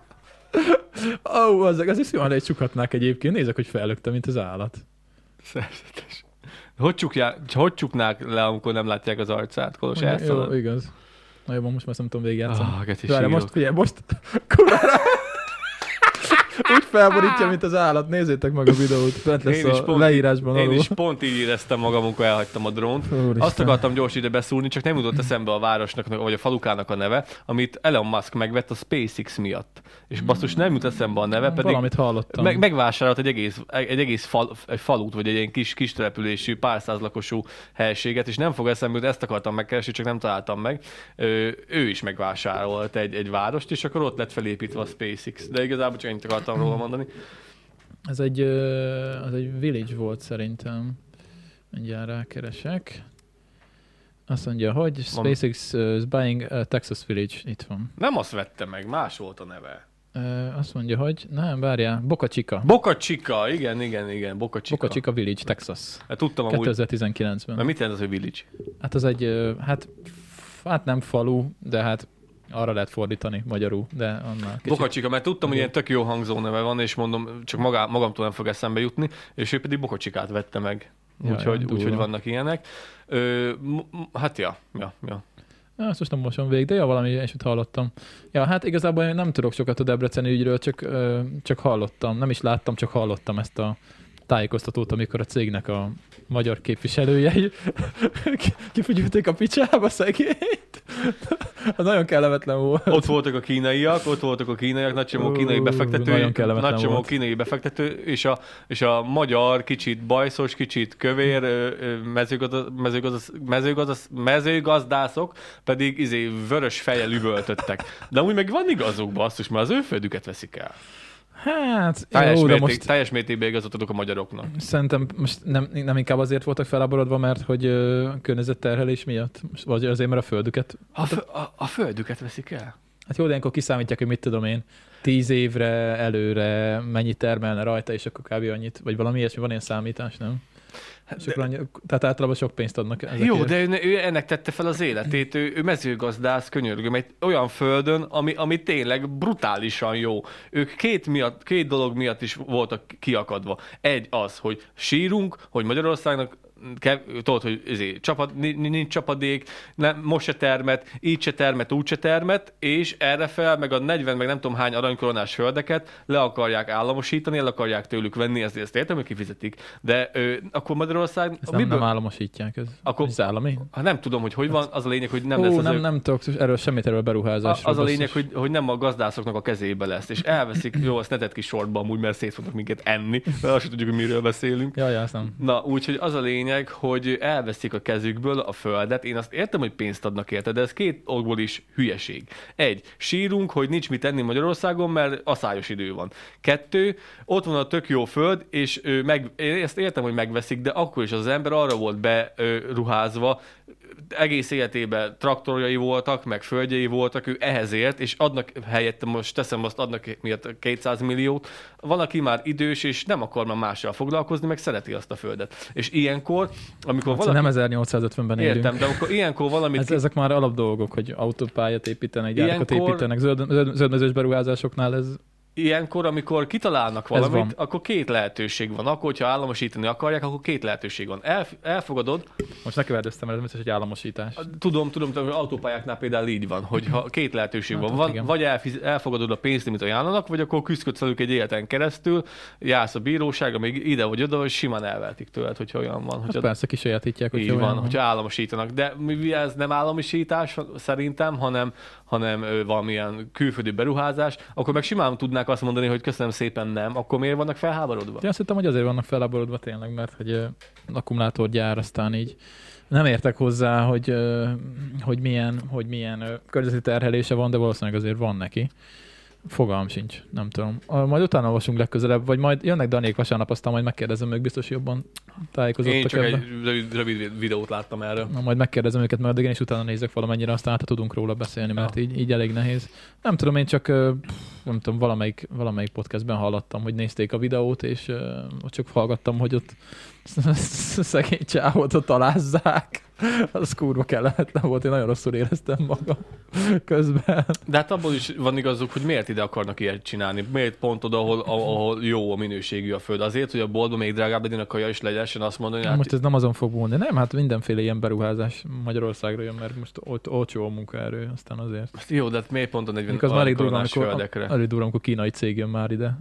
Az is jól lecsukhatnák egyébként. Nézek, hogy fellökte, mint az állat. Szerzetes. Hogy csuknák le, amikor nem látják az arcát? Kolos, jó, igaz. Na jó, most már nem tudom végigjátszani. Most kurvára. Úgy felborítja, mint az állat. Nézzétek meg a videót. Bent lesz a leírásban alul. Én is pont így éreztem magam, amikor elhagytam a drónt. Azt akartam gyors ide beszúrni, csak nem jutott eszembe a városnak, vagy a falukának a neve, amit Elon Musk megvett a SpaceX miatt. És basszus, nem jut eszembe a neve, pedig valamit hallottam. Megvásárolt egy egész falut, vagy egy ilyen kis településű, pár száz lakosú helységet, és nem fog eszembe, hogy ezt akartam megkeresni, csak nem találtam meg. Ő is megvásárolt egy várost, és akkor ott lett felépítve a SpaceX. De igazából csak ennyit akartam róla mondani. Ez egy village volt szerintem. Mindjárt rákeresek. Azt mondja, hogy SpaceX is buying a Texas Village. Itt van. Nem azt vette meg, más volt a neve. Azt mondja, hogy nem, várjál, Boca Chica. Boca Chica, igen, Boca Chica. Boca Chica Village, Texas. Hát tudtam amúgy. 2019-ben. Mert mit jelent az, hogy village? Hát az egy, hát nem falu, de hát arra lehet fordítani magyarul, de annál. Boca Chica, mert tudtam, hogy ilyen tök jó hangzó neve van, és mondom, csak magamtól nem fog eszembe jutni, és ő pedig Boca Chicát vette meg. Úgyhogy vannak ilyenek. Hát ja. Azt most nem mosom végig, de valami eset hallottam. Ja, hát igazából én nem tudok sokat a debreceni ügyről, csak hallottam. Nem is láttam, csak hallottam ezt a tájékoztatót, amikor a cégnek a magyar képviselője kifügyülték a picsába szegényt. Nagyon kellemetlen volt. Ott voltak a kínaiak, nagy csomó kínai befektető, és a magyar kicsit bajszos, kicsit kövér mezőgazdászok pedig vörös fejjel üvöltöttek. De úgy meg van igazuk, basszus, mert az ő földüket veszik el. Hát, teljes mértékben igazat adok a magyaroknak. Szerintem most nem inkább azért voltak felháborodva, mert hogy környezetterhelés miatt? Vagy azért, mert a földüket... A földüket veszik el? Hát jó, de ilyenkor kiszámítják, hogy mit tudom én, 10 évre előre mennyit termelne rajta, és akkor kb. Annyit, vagy valami ilyesmi, van ilyen számítás, nem? Tehát általában sok pénzt adnak ezekért. Jó, de ő ennek tette fel az életét, ő mezőgazdász, könyörgöm, egy olyan földön, ami tényleg brutálisan jó. Ők két dolog miatt is voltak kiakadva. Egy az, hogy sírunk, hogy Magyarországnak tudod, hogy nincs csapadék, most se termet, így se termet, úgy se termet, és erre fel meg a 40, meg nem tudom hány aranykoronás földeket le akarják államosítani, el akarják tőlük venni, ezt értem, hogy kifizetik. De akkor Magyarország... Ezt nem államosítják, ez állami? Hát nem tudom, hogy van, az a lényeg, hogy nem lesz... Nem tudok erről beruházásról. Az a lényeg, hogy nem a gazdászoknak a kezébe lesz, és elveszik, jó, azt ne tedd ki sorba amúgy, mert szét fognak minket enni, mert azt sem tudjuk, hogy miről beszélünk. Ja, azt nem. Na, úgyhogy az a lényeg, hogy elveszik a kezükből a földet. Én azt értem, hogy pénzt adnak érte, de ez két okból is hülyeség. Egy, sírunk, hogy nincs mit tenni Magyarországon, mert aszályos idő van. Kettő, ott van a tök jó föld, és én ezt értem, hogy megveszik, de akkor is az ember arra volt beruházva, egész életében traktorjai voltak, meg földjei voltak, ő ehhez ért, és adnak helyette, most teszem azt, adnak miatt 200 milliót. Van, aki már idős, és nem akar már mással foglalkozni, meg szereti azt a földet. És ilyenkor, amikor valaki... Nem 1850-ben élünk. Értem, de amikor ilyenkor valamit... Ezek már alapdolgok, hogy autópályát építenek, gyárakat építenek, zöldmezős beruházásoknál ez... Ilyenkor, amikor kitalálnak valamit, akkor két lehetőség van. Akkor, hogyha államosítani akarják, akkor két lehetőség van. Elfogadod. Most ne keverdeztem, mert ez biztos egy államosítás. Tudom, hogy autópályáknál például így van, hogy ha két lehetőség van, vagy elfogadod a pénzt, amit ajánlanak, vagy akkor küzdködsz velük egy életen keresztül, jársz a bíróságra, még ide vagy oda, hogy simán elvehetik tőled, hogyha olyan van. Hát persze kisajátítják, hogy van, hogyha államosítanak. De mivel ez nem államosítás szerintem, hanem valamilyen külföldi beruházás, akkor meg simán tudnák azt mondani, hogy köszönöm szépen nem, akkor miért vannak felháborodva? Én azt hittem, hogy azért vannak felháborodva tényleg, mert hogy akkumulátorgyár aztán így nem értek hozzá, hogy milyen környezeti terhelése van, de valószínűleg azért van neki. Fogalmam sincs, nem tudom. Majd utána olvasunk legközelebb, vagy majd jönnek Danék vasárnap, aztán majd megkérdezem ők, biztos jobban tájékozottak. Én csak egy rövid videót láttam erről. Na, majd megkérdezem őket, mert addig én is utána nézek valamennyire, aztán tudunk róla beszélni, mert így elég nehéz. Nem tudom, én csak nem tudom, valamelyik podcastben hallottam, hogy nézték a videót, és ott csak hallgattam, hogy ott szegény csávot ott alázzák. Az kurva kellemetlen volt, én nagyon rosszul éreztem magam közben. De hát abból is van igazuk, hogy miért ide akarnak ilyet csinálni? Miért pont oda, ahol jó a minőségű a föld? Azért, hogy a boltban még drágább legyen a kaja, és lehessen azt mondani. Hát most ez nem azon fog múlni. Nem, hát mindenféle ilyen beruházás Magyarországra jön, mert most olcsó a munkaerő, aztán azért. Jó, de hát miért pont a 40 koronás földekre? Elég durva, amikor kínai cég jön már ide.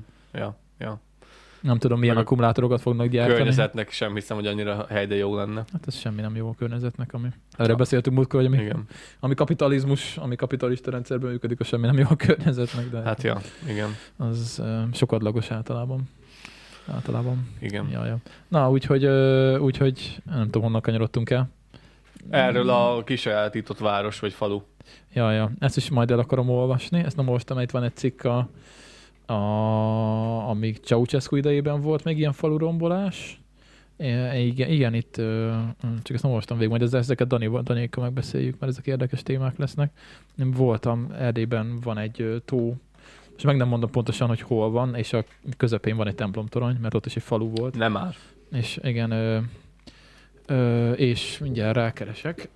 Ja. Nem tudom, milyen akkumulátorokat fognak gyártani. Környezetnek sem hiszem, hogy annyira helyde jó lenne. Hát ez semmi nem jó a környezetnek, ami... Erre beszéltünk múltkor, hogy ami kapitalizmus, ami kapitalista rendszerben működik, az semmi nem jó a környezetnek, de... Hát ja, igen. Az sokadlagos általában. Igen. Ja. Na, úgyhogy nem tudom, honnan kanyarodtunk el. Erről a kisajátított város vagy falu. Ja. Ezt is majd el akarom olvasni. Ezt nem olvastam, itt van egy cikk amíg Ceausescu idejében volt még ilyen falurombolás. Igen, itt csak ezt nem olvastam végig, majd ezeket Danékkal megbeszéljük, mert ezek érdekes témák lesznek. Én voltam, Erdélyben van egy tó, és meg nem mondom pontosan, hogy hol van, és a közepén van egy templomtorony, mert ott is egy falu volt. Nem már. És igen, és mindjárt rákeresek.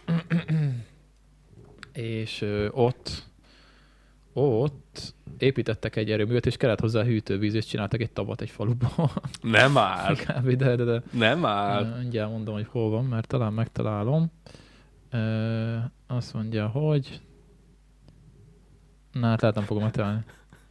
És ott építettek egy erőművet, és kellett hozzá hűtővíz, és csináltak egy tavat egy faluban. Nem már. De. Nem már. Mindjárt mondom, hogy hol van, mert talán megtalálom. Azt mondja, hogy... Na, hát nem fogom megtalálni.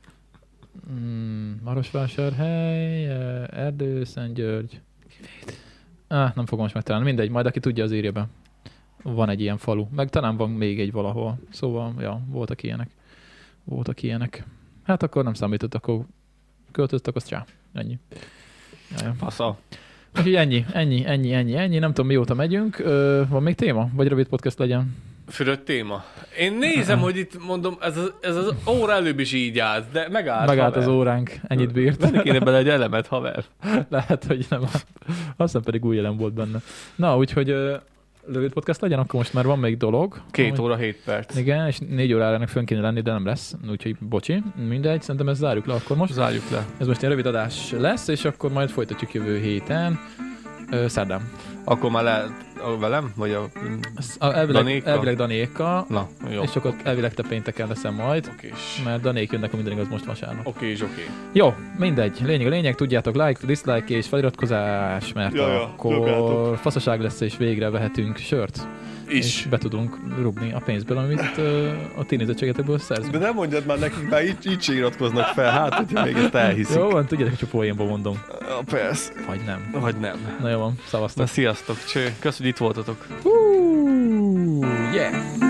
Marosvásárhely, Erdő, Szentgyörgy. Nem fogom most megtalálni. Mindegy, majd aki tudja, az írja be. Van egy ilyen falu. Meg talán van még egy valahol. Szóval, ja, voltak ilyenek. Hát akkor nem számított, akkor költöztek, az csá. Ennyi. Fasza. Úgyhogy ennyi. Nem tudom, mióta megyünk. Van még téma? Vagy rövid podcast legyen? Fürödt téma. Én nézem, hogy itt mondom, ez az óra előbb is így állt, de megállt az óránk. Ennyit bírt. Venni kéne bele egy elemet, haver. Lehet, hogy nem állt. Aztán pedig új elem volt benne. Na, úgyhogy... Rövid podcast legyen, akkor most már van még dolog. 2 óra, 7 perc. Igen, és 4 órára ennek fönn kéne lenni, de nem lesz. Úgyhogy bocsi, mindegy, szerintem ezt zárjuk le akkor most. Zárjuk le. Ez most egy rövid adás lesz, és akkor majd folytatjuk jövő héten. Szerdán. Akkor már lehet velem? Vagy Elvileg Daniékkal. Na, jó. És akkor elvileg te pénteken leszel majd. Okés. Mert Daniék jönnek, minden igaz, most vasárnap. Oké. Jó, mindegy. Lényeg, tudjátok, like, dislike és feliratkozás, mert akkor dobjátok. faszaság lesz, és végre vehetünk sört. És be tudunk rúgni a pénzből, amit a ti nézettségetekből szerzünk. De nem mondjad már nekik, már így se iratkoznak fel, hát, hogyha még ezt elhiszik. Jó van, tudjátok, hogy poénból mondom. Persze. Vagy nem. Vagy nem. Na jó van, szavaztok. Na sziasztok, cső. Kösz, hogy itt voltatok. Yeah!